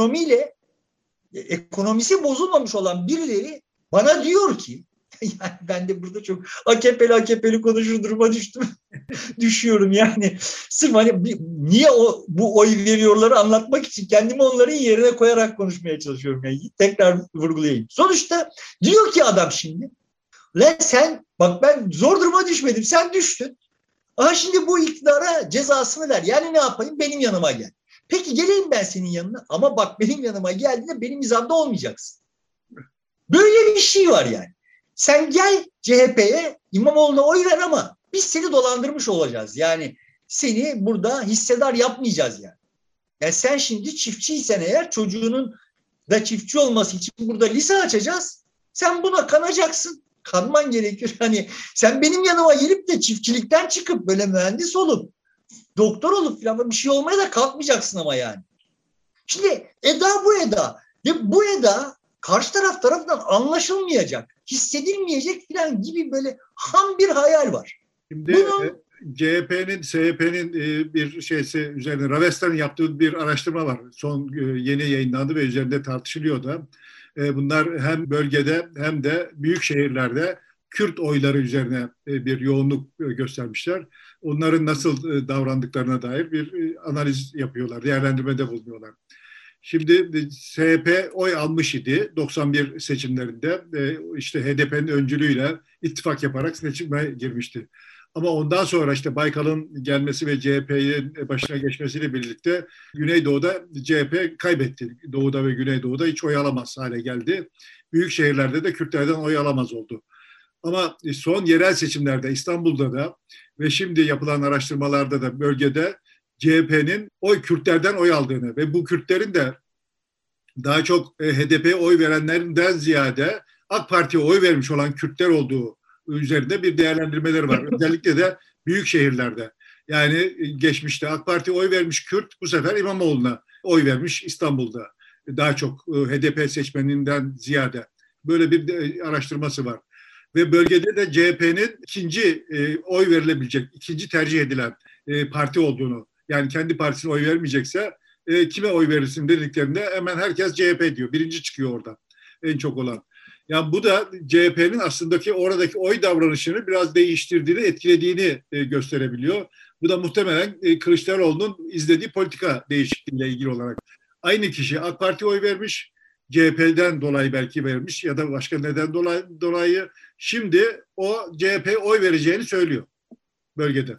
Speaker 2: ekonomisi bozulmamış olan birileri bana diyor ki yani ben de burada çok AKP'li konuşur duruma düşüyorum yani. Sırf hani niye bu oy veriyorları anlatmak için kendimi onların yerine koyarak konuşmaya çalışıyorum. Yani tekrar vurgulayayım. Sonuçta diyor ki adam şimdi lan sen bak ben zor duruma düşmedim sen düştün. Aha şimdi bu iktidara cezasını ver. Yani ne yapayım? Benim yanıma gel. Peki geleyim ben senin yanına ama bak benim yanıma geldiğinde benim hizamda olmayacaksın. Böyle bir şey var yani. Sen gel CHP'ye İmamoğlu'na oy ver ama biz seni dolandırmış olacağız. Yani seni burada hissedar yapmayacağız yani. Yani sen şimdi çiftçiysen eğer çocuğunun da çiftçi olması için burada lise açacağız. Sen buna kanacaksın. Kanman gerekir. Hani sen benim yanıma gelip de çiftçilikten çıkıp böyle mühendis olup doktor olup falan bir şey olmaya da kalkmayacaksın ama yani. Şimdi eda bu eda. Ve bu eda karşı tarafından anlaşılmayacak, hissedilmeyecek falan gibi böyle ham bir hayal var.
Speaker 1: Şimdi CHP'nin, SHP'nin bir şeysi üzerine Ravesta'nın yaptığı bir araştırma var. Yeni yayınlandı ve üzerinde tartışılıyor da. Bunlar hem bölgede hem de büyük şehirlerde Kürt oyları üzerine bir yoğunluk göstermişler. Onların nasıl davrandıklarına dair bir analiz yapıyorlar, değerlendirmede bulunuyorlar. Şimdi CHP oy almış idi 91 seçimlerinde. İşte HDP'nin öncülüğüyle ittifak yaparak seçime girmişti. Ama ondan sonra işte Baykal'ın gelmesi ve CHP'nin başına geçmesiyle birlikte Güneydoğu'da CHP kaybetti. Doğu'da ve Güneydoğu'da hiç oy alamaz hale geldi. Büyük şehirlerde de Kürtlerden oy alamaz oldu. Ama son yerel seçimlerde İstanbul'da da ve şimdi yapılan araştırmalarda da bölgede CHP'nin Kürtlerden oy aldığını ve bu Kürtlerin de daha çok HDP'ye oy verenlerinden ziyade AK Parti'ye oy vermiş olan Kürtler olduğu üzerinde bir değerlendirmeleri var. Özellikle de büyük şehirlerde. Yani geçmişte AK Parti'ye oy vermiş Kürt bu sefer İmamoğlu'na oy vermiş İstanbul'da. Daha çok HDP seçmeninden ziyade. Böyle bir araştırması var. Ve bölgede de CHP'nin ikinci oy verilebilecek, ikinci tercih edilen parti olduğunu, yani kendi partisine oy vermeyecekse kime oy verirsin dediklerinde hemen herkes CHP diyor. Birinci çıkıyor oradan en çok olan. Yani bu da CHP'nin aslında oradaki oy davranışını biraz değiştirdiğini, etkilediğini gösterebiliyor. Bu da muhtemelen Kılıçdaroğlu'nun izlediği politika değişikliğiyle ilgili olarak. Aynı kişi AK Parti'ye oy vermiş, CHP'den dolayı belki vermiş ya da başka neden dolayı şimdi o CHP'ye oy vereceğini söylüyor bölgede.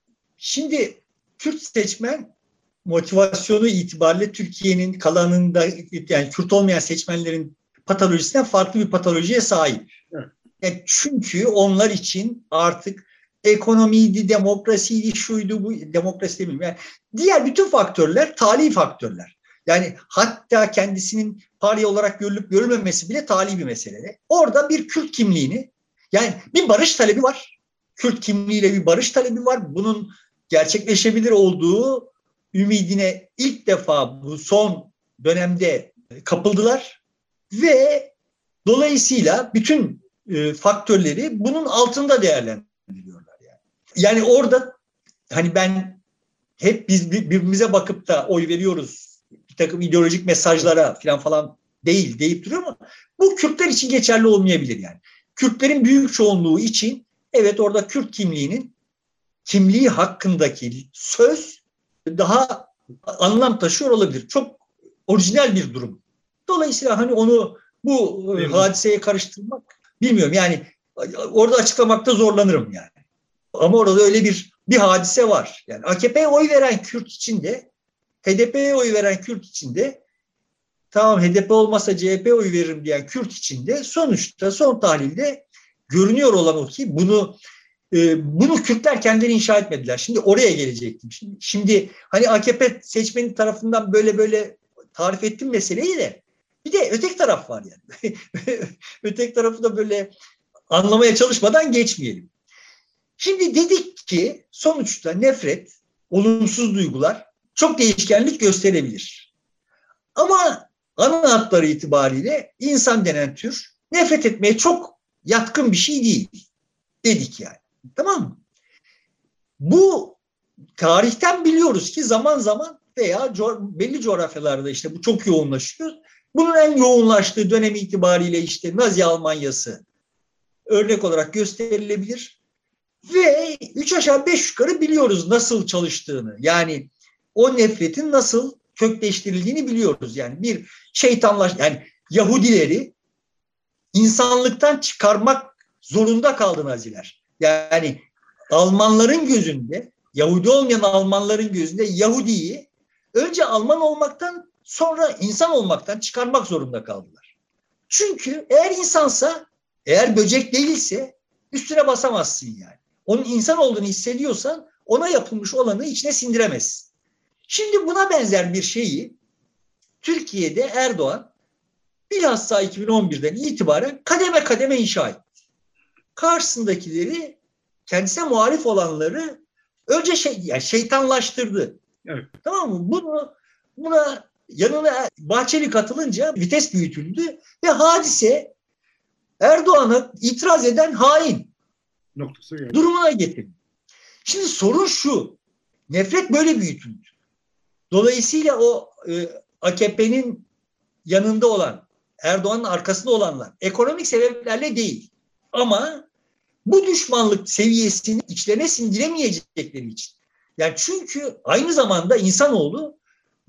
Speaker 2: Şimdi Kürt seçmen motivasyonu itibariyle Türkiye'nin kalanında, yani Kürt olmayan seçmenlerin patolojisinden farklı bir patolojiye sahip.
Speaker 1: Evet.
Speaker 2: Yani çünkü onlar için artık ekonomiydi, demokrasiydi, şuydu, bu demokrasi demeyeyim. Yani diğer bütün faktörler tali faktörler. Yani hatta kendisinin paria olarak görülüp görülmemesi bile tali bir mesele. Orada bir Kürt kimliğini, yani bir barış talebi var. Kürt kimliğiyle bir barış talebi var. Bunun gerçekleşebilir olduğu ümidine ilk defa bu son dönemde kapıldılar ve dolayısıyla bütün faktörleri bunun altında değerlendiriyorlar yani. Yani orada hani ben hep biz birbirimize bakıp da oy veriyoruz, bir takım ideolojik mesajlara falan değil deyip duruyor ama bu Kürtler için geçerli olmayabilir yani. Kürtlerin büyük çoğunluğu için evet orada Kürt kimliği hakkındaki söz daha anlam taşıyor olabilir. Çok orijinal bir durum. Dolayısıyla hani onu bu hadiseye karıştırmak bilmiyorum. Yani orada açıklamakta zorlanırım yani. Ama orada öyle bir hadise var. Yani AKP'ye oy veren Kürt için de HDP'ye oy veren Kürt için de tamam HDP olmasa CHP'ye oy veririm diyen Kürt için de sonuçta son tahlilde görünüyor olan o ki bunu Kürtler kendileri inşa etmediler. Şimdi oraya gelecektim. Şimdi hani AKP seçmenin tarafından böyle tarif ettim meseleyi de bir de öteki taraf var yani. Öteki tarafı da böyle anlamaya çalışmadan geçmeyelim. Şimdi dedik ki sonuçta nefret, olumsuz duygular çok değişkenlik gösterebilir. Ama ana hatları itibariyle insan denen tür nefret etmeye çok yatkın bir şey değil dedik yani. Tamam mı? Bu tarihten biliyoruz ki zaman zaman veya belli coğrafyalarda işte bu çok yoğunlaşıyor. Bunun en yoğunlaştığı dönem itibariyle işte Nazi Almanyası örnek olarak gösterilebilir. Ve 3 aşağı 5 yukarı biliyoruz nasıl çalıştığını. Yani o nefretin nasıl kökleştirildiğini biliyoruz. Yani bir yani Yahudileri insanlıktan çıkarmak zorunda kaldı Naziler. Yani Almanların gözünde, Yahudi olmayan Almanların gözünde Yahudi'yi önce Alman olmaktan sonra insan olmaktan çıkarmak zorunda kaldılar. Çünkü eğer insansa, eğer böcek değilse üstüne basamazsın yani. Onun insan olduğunu hissediyorsan ona yapılmış olanı içine sindiremezsin. Şimdi buna benzer bir şeyi Türkiye'de Erdoğan bilhassa 2011'den itibaren kademe kademe inşa etti. Karşısındakileri, kendisine muhalif olanları önce şeytanlaştırdı.
Speaker 1: Evet.
Speaker 2: Tamam mı? Buna yanına Bahçeli katılınca vites büyütüldü ve hadise Erdoğan'a itiraz eden hain durumuna getirdi. Şimdi sorun şu, nefret böyle büyütüldü. Dolayısıyla o AKP'nin yanında olan, Erdoğan'ın arkasında olanlar ekonomik sebeplerle değil ama bu düşmanlık seviyesini içlerine sindiremeyecekleri için. Yani çünkü aynı zamanda insanoğlu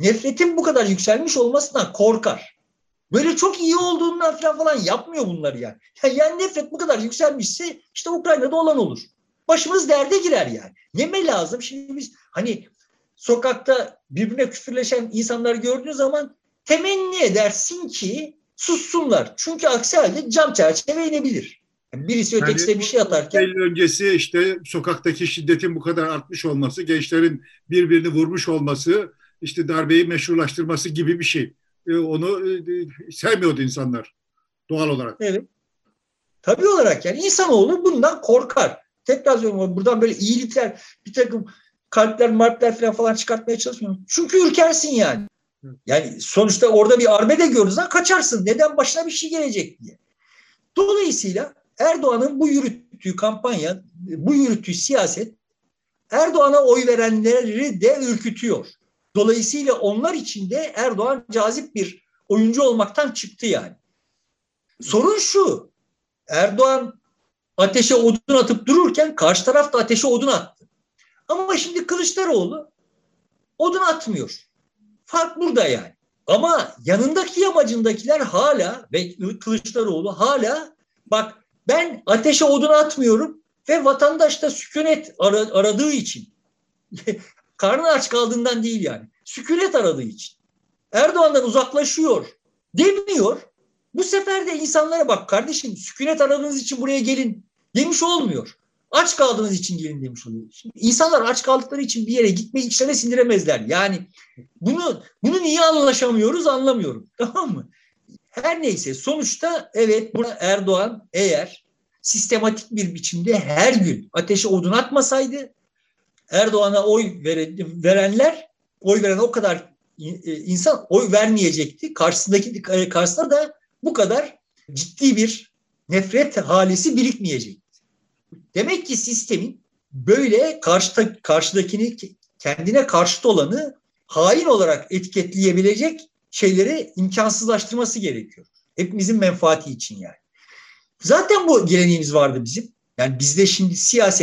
Speaker 2: nefretin bu kadar yükselmiş olmasından korkar. Böyle çok iyi olduğundan falan yapmıyor bunları yani. Yani nefret bu kadar yükselmişse işte Ukrayna'da olan olur. Başımız derde girer yani. Neme lazım? Şimdi biz hani sokakta birbirine küfürleşen insanları gördüğün zaman temenni edersin ki sussunlar. Çünkü aksi halde cam çerçeve inebilir. Yani birisi ötekisine bir şey atarken.
Speaker 1: Yani öncesi işte sokaktaki şiddetin bu kadar artmış olması, gençlerin birbirini vurmuş olması, işte darbeyi meşrulaştırması gibi bir şey. Onu sevmiyordu insanlar doğal olarak.
Speaker 2: Evet. Tabii olarak yani insanoğlu bundan korkar. Tekrar söylüyorum, buradan böyle iyilikler, bir takım kalpler, marpler falan çıkartmaya çalışmıyorum. Çünkü ürkersin yani. Yani sonuçta orada bir arbede gördüğünüzden kaçarsın. Neden başına bir şey gelecek diye. Dolayısıyla Erdoğan'ın bu yürüttüğü kampanya, bu yürüttüğü siyaset Erdoğan'a oy verenleri de ürkütüyor. Dolayısıyla onlar için de Erdoğan cazip bir oyuncu olmaktan çıktı yani. Sorun şu, Erdoğan ateşe odun atıp dururken karşı taraf da ateşe odun attı. Ama şimdi Kılıçdaroğlu odun atmıyor. Fark burada yani. Ama yanındaki yamacındakiler hala ve Kılıçdaroğlu hala bak ben ateşe odun atmıyorum ve vatandaş da sükunet aradığı için karnı aç kaldığından değil yani. Sükunet aradığı için. Erdoğan'dan uzaklaşıyor demiyor. Bu sefer de insanlara bak kardeşim sükunet aradığınız için buraya gelin demiş olmuyor. Aç kaldığınız için gelin demiş oluyor. Şimdi insanlar aç kaldıkları için bir yere gitmeyi içlerine sindiremezler. Yani bunu niye anlaşamıyoruz anlamıyorum. Tamam mı? Her neyse sonuçta evet burada Erdoğan eğer sistematik bir biçimde her gün ateşe odun atmasaydı Erdoğan'a oy verenler oy veren o kadar insan oy vermeyecekti. Karşısında da bu kadar ciddi bir nefret halisi birikmeyecekti. Demek ki sistemin böyle karşıdakini kendine karşıt olanı hain olarak etiketleyebilecek şeyleri imkansızlaştırması gerekiyor. Hepimizin menfaati için yani. Zaten bu geleneğimiz vardı bizim. Yani bizde şimdi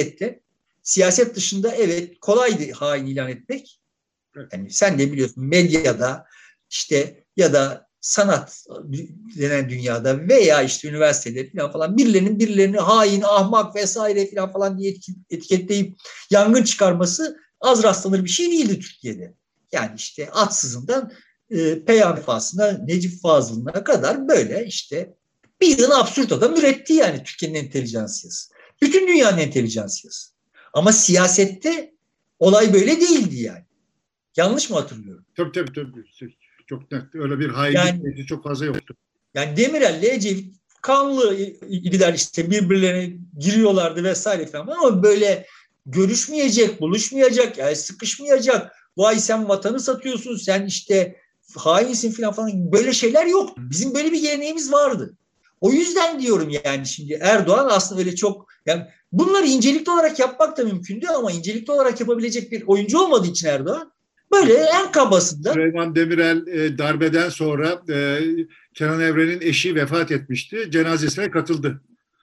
Speaker 2: siyaset dışında evet kolaydı hain ilan etmek. Yani sen de biliyorsun medyada işte ya da sanat denen dünyada veya işte üniversitede falan birilerini hain, ahmak vesaire falan diye etiketleyip yangın çıkarması az rastlanır bir şey değildi Türkiye'de. Yani işte Atsız'ından Peyami Fasıl'ına, Necip Fazıl'ına kadar böyle işte bir yığın absürt adam üretti yani Türkiye'nin entelijansiyası. Bütün dünyanın entelijansiyası. Ama siyasette olay böyle değildi yani. Yanlış mı hatırlıyorum?
Speaker 1: Tabii. Çok net. Öyle bir hainlik
Speaker 2: yani,
Speaker 1: çok fazla yoktu.
Speaker 2: Yani Demirel'le Ecevit kanlı idiler işte birbirlerine giriyorlardı vesaire falan ama böyle görüşmeyecek, buluşmayacak, yani sıkışmayacak. Vay sen vatanı satıyorsun, sen işte hainsin falan böyle şeyler yok. Bizim böyle bir geleneğimiz vardı. O yüzden diyorum yani şimdi Erdoğan aslında öyle çok yani bunları incelikli olarak yapmak da mümkündü ama incelikli olarak yapabilecek bir oyuncu olmadığı için Erdoğan böyle en kabasında.
Speaker 1: Süleyman Demirel darbeden sonra Kenan Evren'in eşi vefat etmişti. Cenazesine katıldı.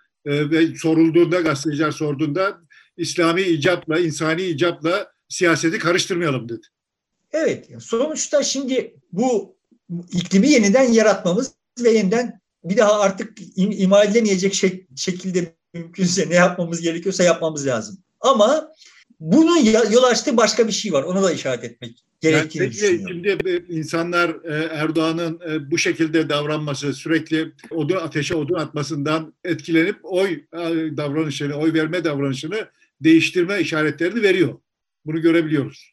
Speaker 1: Ve sorulduğunda gazeteciler sorduğunda İslami icapla, insani icapla siyaseti karıştırmayalım dedi.
Speaker 2: Evet, sonuçta şimdi bu iklimi yeniden yaratmamız ve yeniden bir daha artık ima edilemeyecek şekilde mümkünse ne yapmamız gerekiyorsa yapmamız lazım. Ama bunun yol açtığı başka bir şey var. Ona da işaret etmek gerektiğini düşünüyorum.
Speaker 1: Şimdi insanlar Erdoğan'ın bu şekilde davranması, sürekli ateşe odun atmasından etkilenip oy verme davranışını değiştirme işaretlerini veriyor. Bunu görebiliyoruz.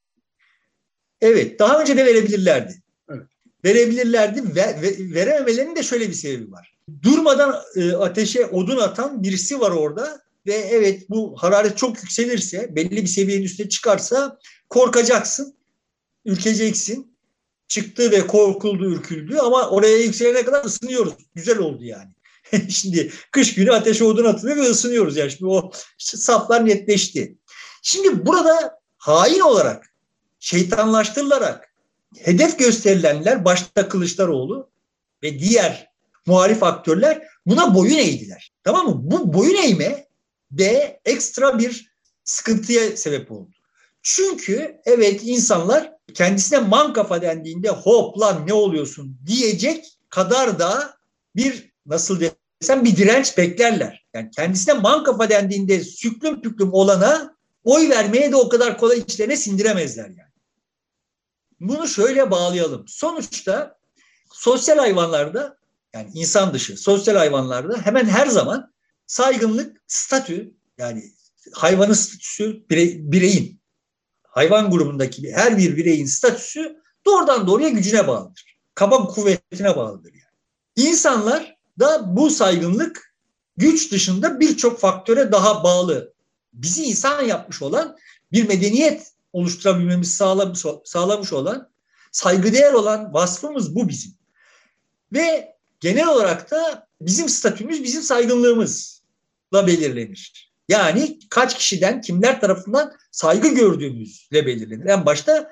Speaker 2: Evet, daha önce de verebilirlerdi.
Speaker 1: Evet.
Speaker 2: Verebilirlerdi ve verememelerinin de şöyle bir sebebi var. Durmadan ateşe odun atan birisi var orada ve evet bu hararet çok yükselirse, belli bir seviyenin üstüne çıkarsa korkacaksın, ürkeceksin. Çıktı ve korkuldu, ürküldü ama oraya yükselene kadar ısınıyoruz. Güzel oldu yani. Şimdi kış günü ateşe odun atılıyor ve ısınıyoruz yani. Şimdi o saflar netleşti. Şimdi burada hain olarak, şeytanlaştırılarak hedef gösterilenler başta Kılıçdaroğlu ve diğer muhalif aktörler buna boyun eğdiler. Tamam mı? Bu boyun eğme de ekstra bir sıkıntıya sebep oldu. Çünkü evet insanlar kendisine mankafa dendiğinde hop lan ne oluyorsun diyecek kadar da bir nasıl desem bir direnç beklerler. Yani kendisine mankafa dendiğinde süklüm püklüm olana oy vermeye de o kadar kolay içlerine sindiremezler yani. Bunu şöyle bağlayalım. Sonuçta sosyal hayvanlarda, yani insan dışı sosyal hayvanlarda hemen her zaman saygınlık, statü, yani hayvanın statüsü, bireyin, hayvan grubundaki her bir bireyin statüsü doğrudan doğruya gücüne bağlıdır. Kaba kuvvetine bağlıdır yani. İnsanlar da bu saygınlık güç dışında birçok faktöre daha bağlı. Bizi insan yapmış olan, bir medeniyet oluşturabilmemizi sağlamış olan, saygıdeğer olan vasfımız bu bizim. Ve genel olarak da bizim statümüz bizim saygınlığımızla belirlenir. Yani kaç kişiden, kimler tarafından saygı gördüğümüzle belirlenir. En başta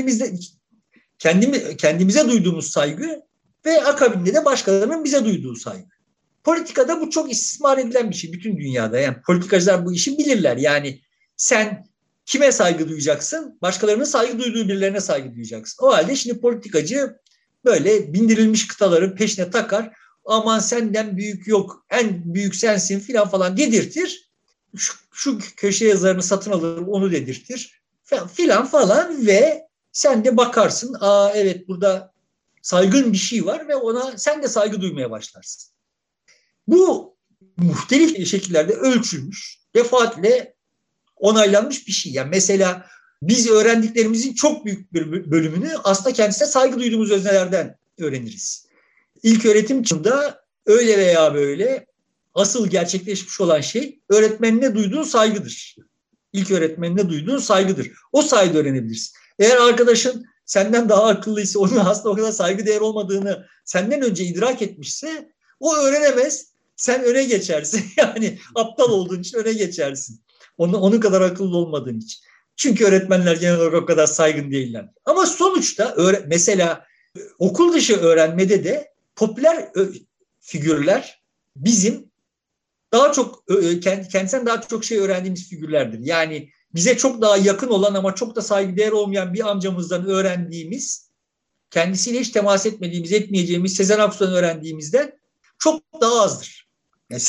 Speaker 2: kendimize duyduğumuz saygı ve akabinde de başkalarının bize duyduğu saygı. Politikada bu çok istismar edilen bir şey bütün dünyada. Yani politikacılar bu işi bilirler. Yani sen kime saygı duyacaksın? Başkalarının saygı duyduğu birilerine saygı duyacaksın. O halde şimdi politikacı böyle bindirilmiş kıtaların peşine takar. Aman senden büyük yok, en büyük sensin filan falan dedirtir. Şu köşe yazarını satın alır, onu dedirtir filan falan ve sen de bakarsın, aa evet burada saygın bir şey var ve ona sen de saygı duymaya başlarsın. Bu muhtelif şekillerde ölçülmüş, defaatle onaylanmış bir şey. Yani mesela biz öğrendiklerimizin çok büyük bir bölümünü aslında kendisine saygı duyduğumuz öznelerden öğreniriz. İlk öğretim çağında öyle veya böyle asıl gerçekleşmiş olan şey öğretmenine duyduğun saygıdır. İlk öğretmenine duyduğun saygıdır. O sayede öğrenebilirsin. Eğer arkadaşın senden daha akıllıysa, onun aslında o kadar saygıdeğer olmadığını senden önce idrak etmişse o öğrenemez. Sen öne geçersin. Yani aptal olduğun için öne geçersin. Onun kadar akıllı olmadığın için. Çünkü öğretmenler genel olarak o kadar saygın değiller. Ama sonuçta mesela okul dışı öğrenmede de popüler figürler bizim daha çok kendisinden daha çok şey öğrendiğimiz figürlerdir. Yani bize çok daha yakın olan ama çok da saygıdeğer olmayan bir amcamızdan öğrendiğimiz, kendisiyle hiç temas etmeyeceğimiz Sezen Aksu'dan öğrendiğimizden çok daha azdır. Yani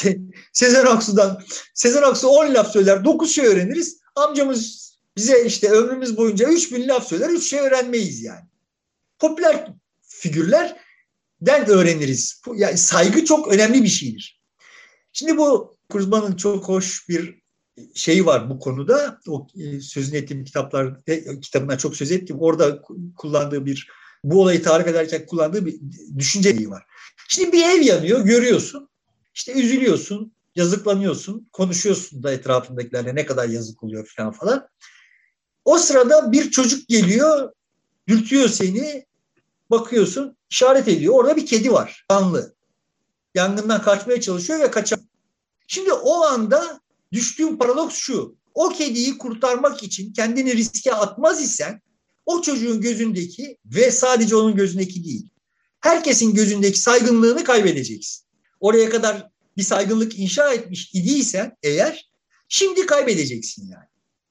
Speaker 2: Sezen Aksu 10 laf söyler, 9 şey öğreniriz. Amcamız bize işte ömrümüz boyunca 3000 laf söyler, 3 şey öğrenmeyiz yani. Popüler figürlerden öğreniriz. Yani saygı çok önemli bir şeydir. Şimdi bu Kurzman'ın çok hoş bir şeyi var bu konuda. O sözünü ettiğim kitabından çok söz ettim. Orada kullandığı bu olayı tarif ederken kullandığı bir düşünce var. Şimdi bir ev yanıyor, görüyorsun. İşte üzülüyorsun, yazıklanıyorsun, konuşuyorsun da etrafındakilerle ne kadar yazık oluyor falan. O sırada bir çocuk geliyor, dürtüyor seni, bakıyorsun, işaret ediyor. Orada bir kedi var, canlı. Yangından kaçmaya çalışıyor ve kaçamıyor. Şimdi o anda düştüğüm paradoks şu. O kediyi kurtarmak için kendini riske atmaz isen o çocuğun gözündeki ve sadece onun gözündeki değil, herkesin gözündeki saygınlığını kaybedeceksin. Oraya kadar bir saygınlık inşa etmiş idiysen eğer şimdi kaybedeceksin yani.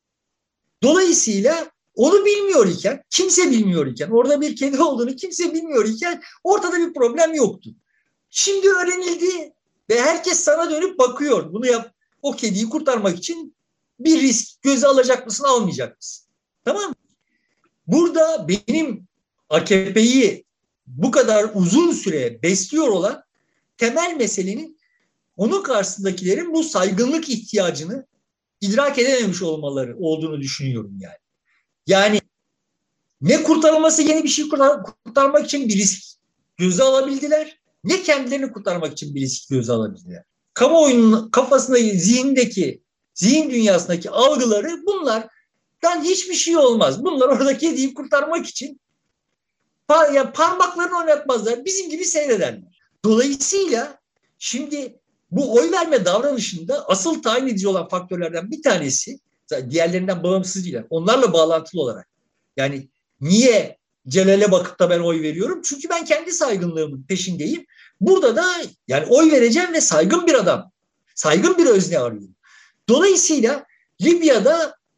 Speaker 2: Dolayısıyla onu bilmiyor iken, kimse bilmiyor iken, orada bir kedi olduğunu kimse bilmiyor iken ortada bir problem yoktu. Şimdi öğrenildi ve herkes sana dönüp bakıyor. Bunu yap, o kediyi kurtarmak için bir risk göze alacak mısın, almayacak mısın? Tamam mı? Burada benim AKP'yi bu kadar uzun süre besliyor olan temel meselenin onun karşısındakilerin bu saygınlık ihtiyacını idrak edememiş olmaları olduğunu düşünüyorum yani. Yani ne kurtarılması, yeni bir şey kurtarmak için bir risk göze alabildiler, ne kendilerini kurtarmak için bir risk göze alabildiler. Kamuoyunun kafasındaki, zihin dünyasındaki algıları bunlardan hiçbir şey olmaz. Bunlar orada kediyi kurtarmak için parmaklarını oynatmazlar. Bizim gibi seyrederler. Dolayısıyla şimdi bu oy verme davranışında asıl tayin edici olan faktörlerden bir tanesi, diğerlerinden bağımsız değil, onlarla bağlantılı olarak. Yani niye Celal'e bakıp da ben oy veriyorum? Çünkü ben kendi saygınlığımın peşindeyim. Burada da yani oy vereceğim ve saygın bir adam, saygın bir özne arıyorum. Dolayısıyla Libya'da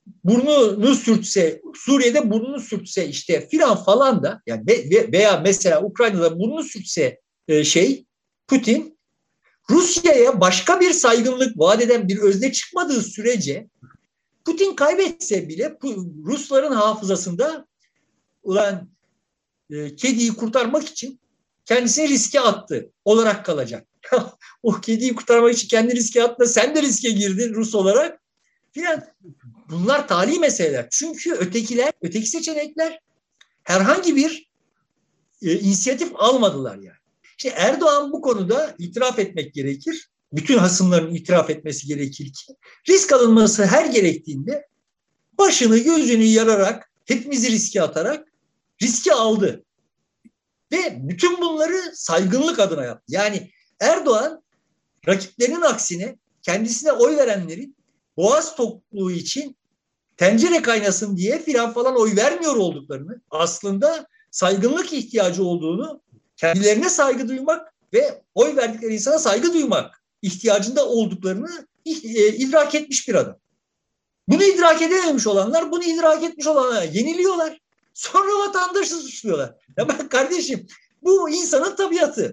Speaker 2: burnunu sürtse, Suriye'de burnunu sürtse işte filan falan da yani veya mesela Ukrayna'da burnunu sürtse Putin Rusya'ya başka bir saygınlık vaat eden bir özne çıkmadığı sürece Putin kaybetse bile Rusların hafızasında ulan kediyi kurtarmak için kendisini riske attı olarak kalacak. O kediyi kurtarmak için kendi riske attı, sen de riske girdin Rus olarak filan. Bunlar tali meseleler. Çünkü öteki seçenekler herhangi bir inisiyatif almadılar yani. İşte Erdoğan bu konuda itiraf etmek gerekir. Bütün hasımların itiraf etmesi gerekir ki risk alınması her gerektiğinde başını gözünü yararak, hepimizi riske atarak riski aldı. Ve bütün bunları saygınlık adına yaptı. Yani Erdoğan rakiplerinin aksine kendisine oy verenlerin boğaz tokluğu için tencere kaynasın diye filan falan oy vermiyor olduklarını, aslında saygınlık ihtiyacı olduğunu, kendilerine saygı duymak ve oy verdikleri insana saygı duymak ihtiyacında olduklarını idrak etmiş bir adam. Bunu idrak edememiş olanlar, bunu idrak etmiş olanlara yeniliyorlar. Sonra vatandaşı suçluyorlar. Ya bak kardeşim, bu insanın tabiatı.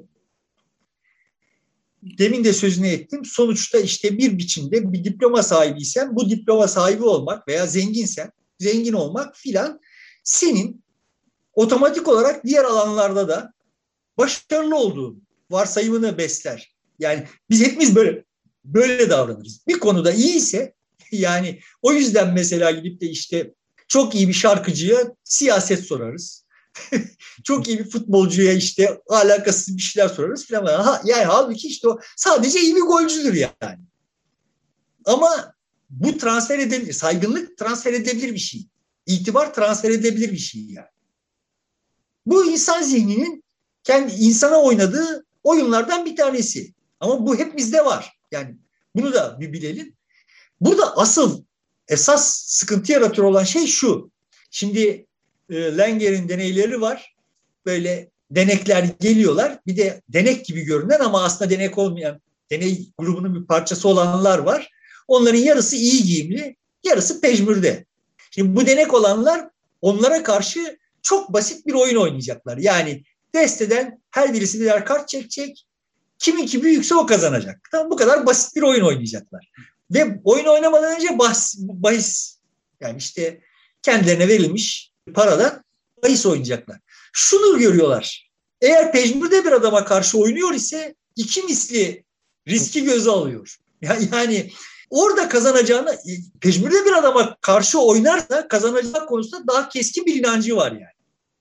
Speaker 2: Demin de sözünü ettim. Sonuçta işte bir biçimde bir diploma sahibiysen, bu diploma sahibi olmak veya zenginsen, zengin olmak filan senin otomatik olarak diğer alanlarda da başarılı olduğun varsayımını besler. Yani biz hepimiz böyle davranırız. Bir konuda iyiyse yani o yüzden mesela gidip de işte çok iyi bir şarkıcıya siyaset sorarız. Çok iyi bir futbolcuya işte alakasız bir şeyler sorarız falan. Yani halbuki işte o sadece iyi bir golcüdür yani. Ama bu transfer edebilir. Saygınlık transfer edebilir bir şey. İtibar transfer edebilir bir şey yani. Bu insan zihninin kendi insana oynadığı oyunlardan bir tanesi. Ama bu hepimizde var. Yani bunu da bir bilelim. Burada esas sıkıntı yaratıyor olan şey şu. Şimdi Langer'in deneyleri var. Böyle denekler geliyorlar. Bir de denek gibi görünen ama aslında denek olmayan, deney grubunun bir parçası olanlar var. Onların yarısı iyi giyimli, yarısı pejmürde. Şimdi bu denek olanlar onlara karşı çok basit bir oyun oynayacaklar. Yani desteden her birisi birer kart çekecek. Kiminki büyükse o kazanacak. Tamam, bu kadar basit bir oyun oynayacaklar. Ve oyun oynamadan önce bahis yani işte kendilerine verilmiş paradan bahis oynayacaklar. Şunu görüyorlar. Eğer pejmürde bir adama karşı oynuyor ise iki misli riski göze alıyor. Yani orada kazanacağını, pejmürde bir adama karşı oynarsa kazanacağı konusunda daha keskin bir inancı var yani.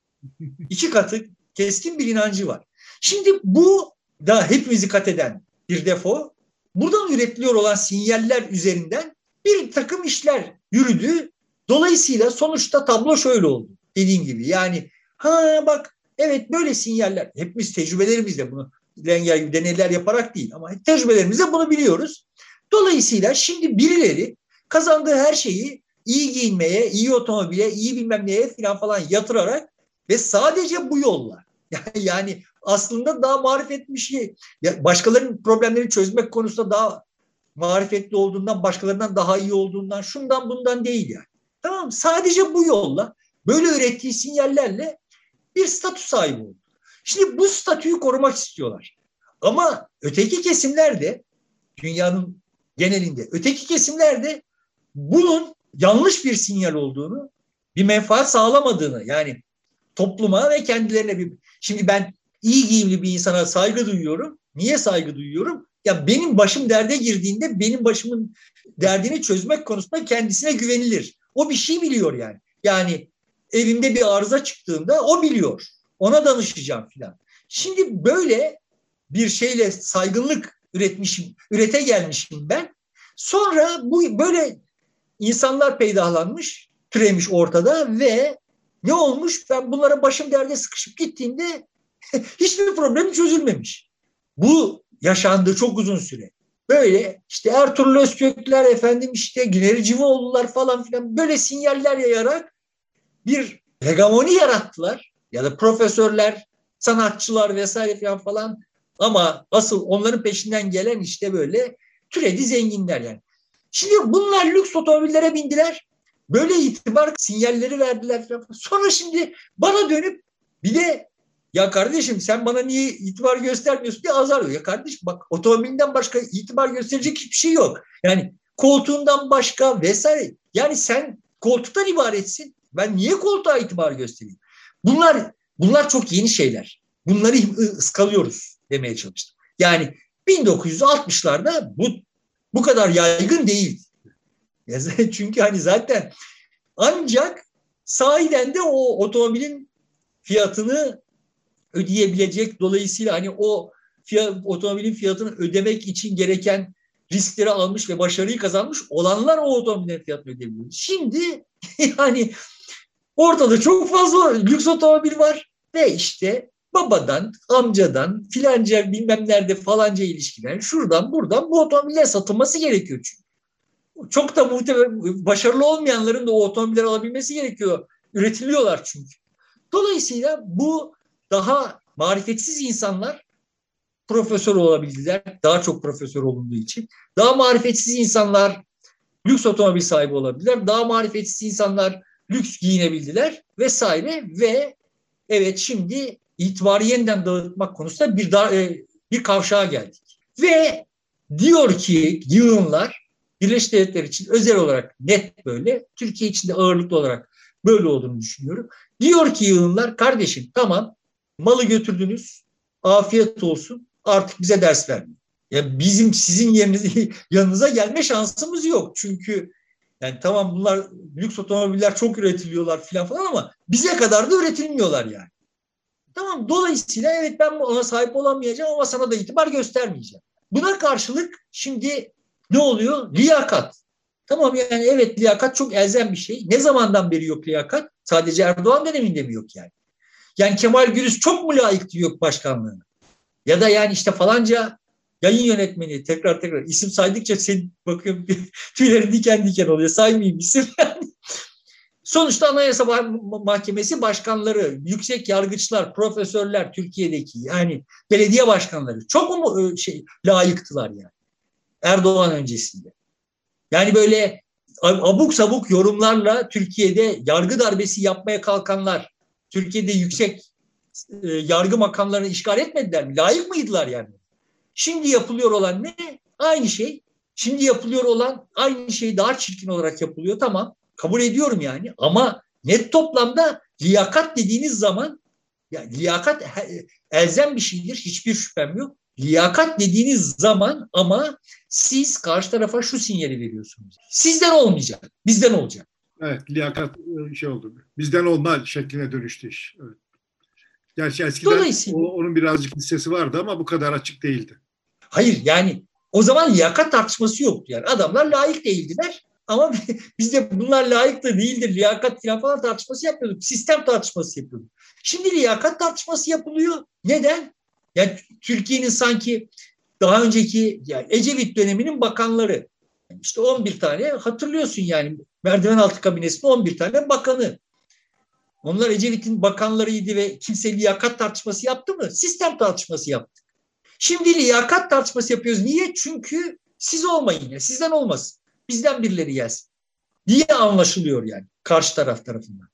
Speaker 2: 2 katı keskin bir inancı var. Şimdi bu da hepimizi kat eden bir defo. Buradan üretiliyor olan sinyaller üzerinden bir takım işler yürüdü. Dolayısıyla sonuçta tablo şöyle oldu. Dediğim gibi yani bak evet böyle sinyaller. Hepimiz tecrübelerimizle bunu Langer gibi deneyler yaparak değil ama tecrübelerimizle bunu biliyoruz. Dolayısıyla şimdi birileri kazandığı her şeyi iyi giyinmeye, iyi otomobile, iyi bilmem neye falan yatırarak ve sadece bu yolla yani aslında daha marifetli bir şey. Başkalarının problemlerini çözmek konusunda daha marifetli olduğundan, başkalarından daha iyi olduğundan, şundan bundan değil yani. Tamam, sadece bu yolla, böyle ürettiği sinyallerle bir statü sahibi oldu. Şimdi bu statüyü korumak istiyorlar. Ama öteki kesimler de, dünyanın genelinde, öteki kesimler de bunun yanlış bir sinyal olduğunu, bir menfaat sağlamadığını, yani topluma ve kendilerine Şimdi ben iyi giyimli bir insana saygı duyuyorum. Niye saygı duyuyorum? Ya benim başım derde girdiğinde benim başımın derdini çözmek konusunda kendisine güvenilir. O bir şey biliyor yani. Yani evimde bir arıza çıktığında o biliyor. Ona danışacağım filan. Şimdi böyle bir şeyle saygınlık ürete gelmişim ben. Sonra bu böyle insanlar peydahlanmış, türemiş ortada ve ne olmuş? Ben bunlara başım derde sıkışıp gittiğimde hiçbir problem çözülmemiş. Bu yaşandı çok uzun süre. Böyle işte Ertuğrul Özkökler, efendim işte Güneri Civoğlular falan filan böyle sinyaller yayarak bir hegemoni yarattılar. Ya da profesörler, sanatçılar vesaire falan. Ama asıl onların peşinden gelen işte böyle türedi zenginler yani. Şimdi bunlar lüks otomobillere bindiler. Böyle itibar sinyalleri verdiler. Sonra şimdi bana dönüp bir de ya kardeşim sen bana niye itibar göstermiyorsun diye azarlıyor. Ya kardeşim bak otomobilinden başka itibar gösterecek hiçbir şey yok. Yani koltuğundan başka vesaire. Yani sen koltuktan ibaretsin. Ben niye koltuğa itibar göstereyim? Bunlar çok yeni şeyler. Bunları ıskalıyoruz demeye çalıştım. Yani 1960'larda bu kadar yaygın değil. Çünkü hani zaten ancak sahiden de o otomobilin fiyatını ödeyebilecek, dolayısıyla hani o otomobilin fiyatını ödemek için gereken riskleri almış ve başarıyı kazanmış olanlar o otomobilin fiyatını ödeyebiliyor. Şimdi yani ortada çok fazla lüks otomobil var ve işte babadan, amcadan, filanca bilmem nerede falanca ilişkiler şuradan buradan bu otomobiller satılması gerekiyor çünkü. Çok da başarılı olmayanların da o otomobilleri alabilmesi gerekiyor. Üretiliyorlar çünkü. Dolayısıyla bu daha marifetsiz insanlar profesör olabildiler. Daha çok profesör olunduğu için. Daha marifetsiz insanlar lüks otomobil sahibi olabildiler. Daha marifetsiz insanlar lüks giyinebildiler vesaire ve evet şimdi itibarı yeniden dağıtmak konusunda bir kavşağa geldik. Ve diyor ki yığınlar Birleşik Devletler için özel olarak net böyle, Türkiye için de ağırlıklı olarak böyle olduğunu düşünüyorum. Diyor ki yığınlar kardeşim tamam malı götürdünüz afiyet olsun artık bize ders vermeyin. Ya bizim sizin yanınıza gelme şansımız yok. Çünkü yani tamam bunlar lüks otomobiller çok üretiliyorlar falan ama bize kadar da üretilmiyorlar yani. Tamam dolayısıyla evet ben ona sahip olamayacağım ama sana da itibar göstermeyeceğim. Buna karşılık şimdi ne oluyor? Liyakat. Tamam yani evet liyakat çok elzem bir şey. Ne zamandan beri yok liyakat? Sadece Erdoğan döneminde mi yok yani? Yani Kemal Gürüz çok mu layık diyor başkanlığına? Ya da yani işte falanca yayın yönetmeni tekrar isim saydıkça sen bakıyorum tüylerin diken diken oluyor. Saymayayım isim. Sonuçta Anayasa Mahkemesi başkanları, yüksek yargıçlar, profesörler Türkiye'deki yani belediye başkanları çok mu layıktılar yani Erdoğan öncesinde. Yani böyle abuk sabuk yorumlarla Türkiye'de yargı darbesi yapmaya kalkanlar, Türkiye'de yüksek yargı makamlarını işgal etmediler mi? Layık mıydılar yani? Şimdi yapılıyor olan ne? Aynı şey. Şimdi yapılıyor olan aynı şey daha çirkin olarak yapılıyor. Tamam. Kabul ediyorum yani. Ama net toplamda liyakat dediğiniz zaman yani liyakat elzem bir şeydir. Hiçbir şüphem yok. Liyakat dediğiniz zaman ama siz karşı tarafa şu sinyali veriyorsunuz. Sizden olmayacak. Bizden olacak.
Speaker 1: Evet, liyakat şey oldu. Bizden olma şekline dönüştü iş. Evet. Gerçi eskiden onun birazcık listesi vardı ama bu kadar açık değildi.
Speaker 2: Hayır yani o zaman liyakat tartışması yoktu. Yani adamlar layık değildiler ama biz de bunlar layık da değildir, liyakat falan tartışması yapmıyorduk. Sistem tartışması yapıyorduk. Şimdi liyakat tartışması yapılıyor. Neden? Yani Türkiye'nin sanki daha önceki yani Ecevit döneminin bakanları işte 11 tane hatırlıyorsun yani merdiven altı kabinesinin 11 tane bakanı. Onlar Ecevit'in bakanlarıydı ve kimse liyakat tartışması yaptı mı? Sistem tartışması yaptı. Şimdi liyakat tartışması yapıyoruz. Niye? Çünkü siz olmayın ya. Sizden olmasın. Bizden birileri gelsin. Diye anlaşılıyor yani karşı taraf tarafından.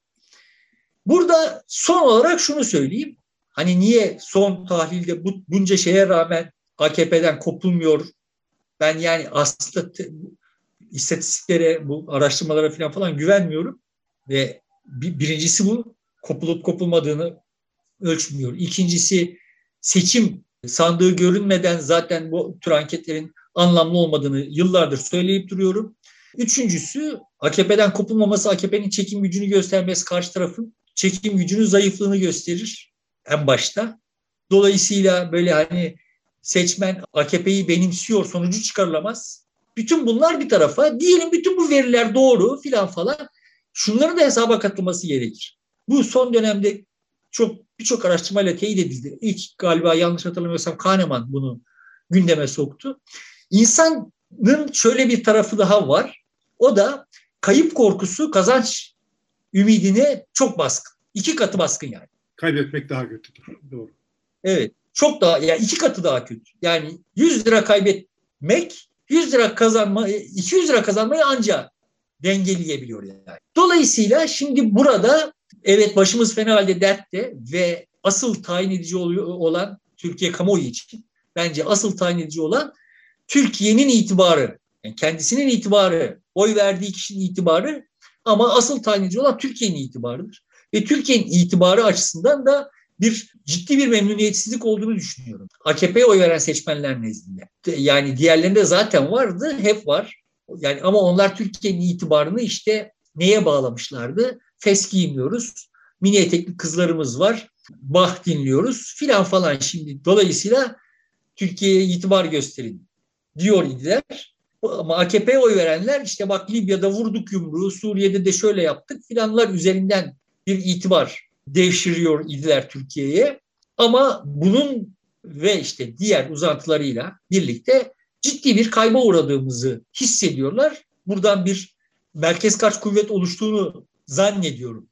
Speaker 2: Burada son olarak şunu söyleyeyim. Hani niye son tahlilde bunca şeye rağmen AKP'den kopulmuyor? Ben yani aslında istatistiklere, bu araştırmalara falan güvenmiyorum. Ve birincisi bu. Kopulup kopulmadığını ölçmüyor. İkincisi seçim sandığı görünmeden zaten bu tür anketlerin anlamlı olmadığını yıllardır söyleyip duruyorum. Üçüncüsü AKP'den kopulmaması AKP'nin çekim gücünü göstermesi karşı tarafın çekim gücünün zayıflığını gösterir en başta. Dolayısıyla böyle hani seçmen AKP'yi benimsiyor sonucu çıkarılamaz. Bütün bunlar bir tarafa diyelim bütün bu veriler doğru falan şunların da hesaba katılması gerekir. Bu son dönemde birçok araştırmayla teyit edildi. İlk galiba yanlış hatırlamıyorsam Kahneman bunu gündeme soktu. İnsanın şöyle bir tarafı daha var. O da kayıp korkusu kazanç ümidine çok baskın. 2 katı baskın yani.
Speaker 1: Kaybetmek daha kötüdür. Doğru.
Speaker 2: Evet. Çok daha yani 2 katı daha kötü. Yani 100 lira kaybetmek 100 lira kazanma 200 lira kazanmayı anca dengeleyebiliyor yani. Dolayısıyla şimdi burada evet başımız fena halde dertte ve asıl tayin edici olan Türkiye kamuoyu için bence asıl tayin edici olan Türkiye'nin itibarı. Yani kendisinin itibarı, oy verdiği kişinin itibarı ama asıl tayin edici olan Türkiye'nin itibarıdır. Ve Türkiye'nin itibarı açısından da ciddi bir memnuniyetsizlik olduğunu düşünüyorum. AKP'ye oy veren seçmenler nezdinde. Yani diğerlerinde zaten vardı, hep var. Yani ama onlar Türkiye'nin itibarını işte neye bağlamışlardı? Fes giymiyoruz, mini etekli kızlarımız var, Bach dinliyoruz filan falan. Şimdi dolayısıyla Türkiye'ye itibar gösterin diyor idiler. Ama AKP'ye oy verenler işte bak Libya'da vurduk yumruğu, Suriye'de de şöyle yaptık filanlar üzerinden bir itibar devşiriyor idiler Türkiye'ye. Ama bunun ve işte diğer uzantılarıyla birlikte ciddi bir kayba uğradığımızı hissediyorlar. Buradan bir merkez kaç kuvvet oluştuğunu zannediyorum.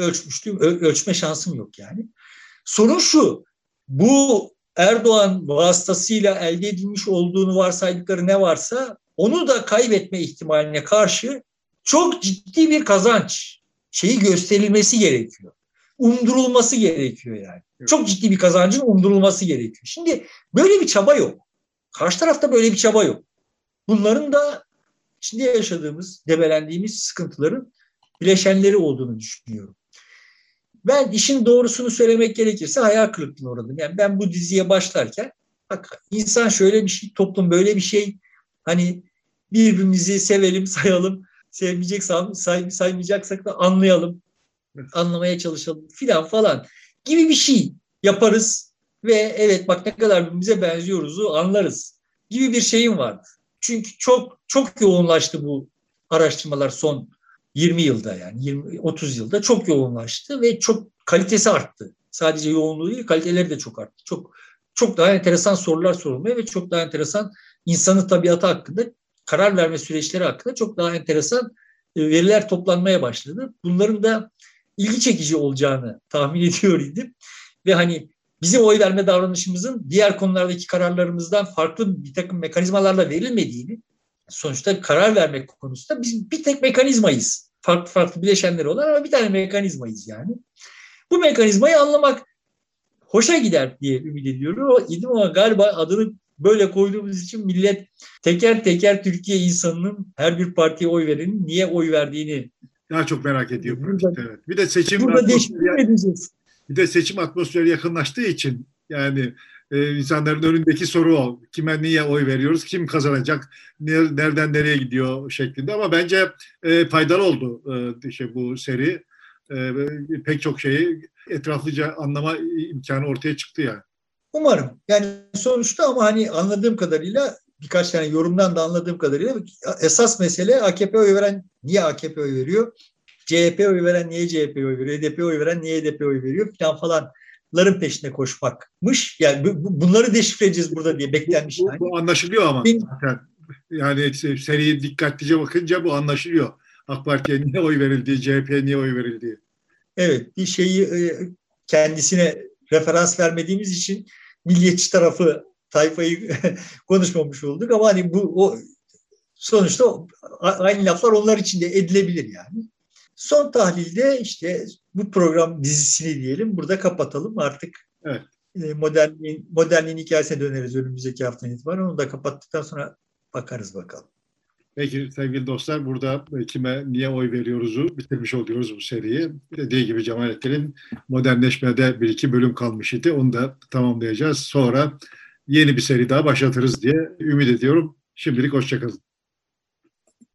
Speaker 2: Ölçme şansım yok yani. Sorun şu, bu Erdoğan vasıtasıyla elde edilmiş olduğunu varsaydıkları ne varsa onu da kaybetme ihtimaline karşı çok ciddi bir kazanç gösterilmesi gerekiyor. Umdurulması gerekiyor yani. Evet. Çok ciddi bir kazancın umdurulması gerekiyor. Şimdi böyle bir çaba yok. Karşı tarafta böyle bir çaba yok. Bunların da içinde yaşadığımız, debelendiğimiz sıkıntıların bileşenleri olduğunu düşünüyorum. Ben işin doğrusunu söylemek gerekirse hayal kırıklığına uğradım. Yani ben bu diziye başlarken bak insan şöyle bir şey, toplum böyle bir şey. Hani birbirimizi sevelim, sayalım. Saymayacaksak da anlayalım. Anlamaya çalışalım filan falan gibi bir şey yaparız ve evet bak ne kadar birbirimize benziyoruzu anlarız gibi bir şeyim vardı. Çünkü çok yoğunlaştı bu araştırmalar son 20 yılda yani 20-30 yılda çok yoğunlaştı ve çok kalitesi arttı. Sadece yoğunluğu değil kaliteleri de çok arttı. Çok daha enteresan sorular sorulmaya ve çok daha enteresan insanın tabiatı hakkında karar verme süreçleri hakkında çok daha enteresan veriler toplanmaya başladı. Bunların da ilgi çekici olacağını tahmin ediyor idim. Ve hani bizim oy verme davranışımızın diğer konulardaki kararlarımızdan farklı bir takım mekanizmalarla verilmediğini, sonuçta karar vermek konusunda biz bir tek mekanizmayız. Farklı bileşenleri olan ama bir tane mekanizmayız yani. Bu mekanizmayı anlamak hoşa gider diye ümit ediyorum. Ama galiba adını böyle koyduğumuz için millet teker teker Türkiye insanının her bir partiye oy verenin niye oy verdiğini
Speaker 1: daha çok merak ediyor. Evet. Bir de seçim atmosferi yakınlaştığı için yani insanların önündeki soru o. Kime niye oy veriyoruz? Kim kazanacak? Nereden nereye gidiyor şeklinde. Ama bence faydalı oldu bu seri. Pek çok şeyi etraflıca anlama imkanı ortaya çıktı yani.
Speaker 2: Umarım. Yani sonuçta ama hani anladığım kadarıyla birkaç tane yorumdan da anladığım kadarıyla esas mesele AKP oy veren niye AKP oy veriyor? CHP oy veren niye CHP oy veriyor? HDP oy veren niye HDP oy veriyor? Falanların peşine koşmakmış. Yani bunları deşifre edeceğiz burada diye beklenmiş.
Speaker 1: Bu anlaşılıyor ama. Yani seriyi dikkatlice bakınca bu anlaşılıyor. AK Parti'ye niye oy verildiği, CHP'ye niye oy verildiği.
Speaker 2: Evet, bir şeyi kendisine referans vermediğimiz için milliyetçi tayfayı konuşmamış olduk ama hani sonuçta aynı laflar onlar için de edilebilir yani. Son tahlilde işte bu program dizisini diyelim burada kapatalım artık.
Speaker 1: Evet.
Speaker 2: Modernliğin hikayesine döneriz önümüzdeki haftadan itibaren. Onu da kapattıktan sonra bakarız bakalım.
Speaker 1: Peki sevgili dostlar burada kime niye oy veriyoruzu bitirmiş oluyoruz bu seriyi. Dediği gibi Cemalettin'in modernleşmede bir iki bölüm kalmış idi. Onu da tamamlayacağız. Sonra yeni bir seri daha başlatırız diye ümit ediyorum. Şimdilik hoşça kalın.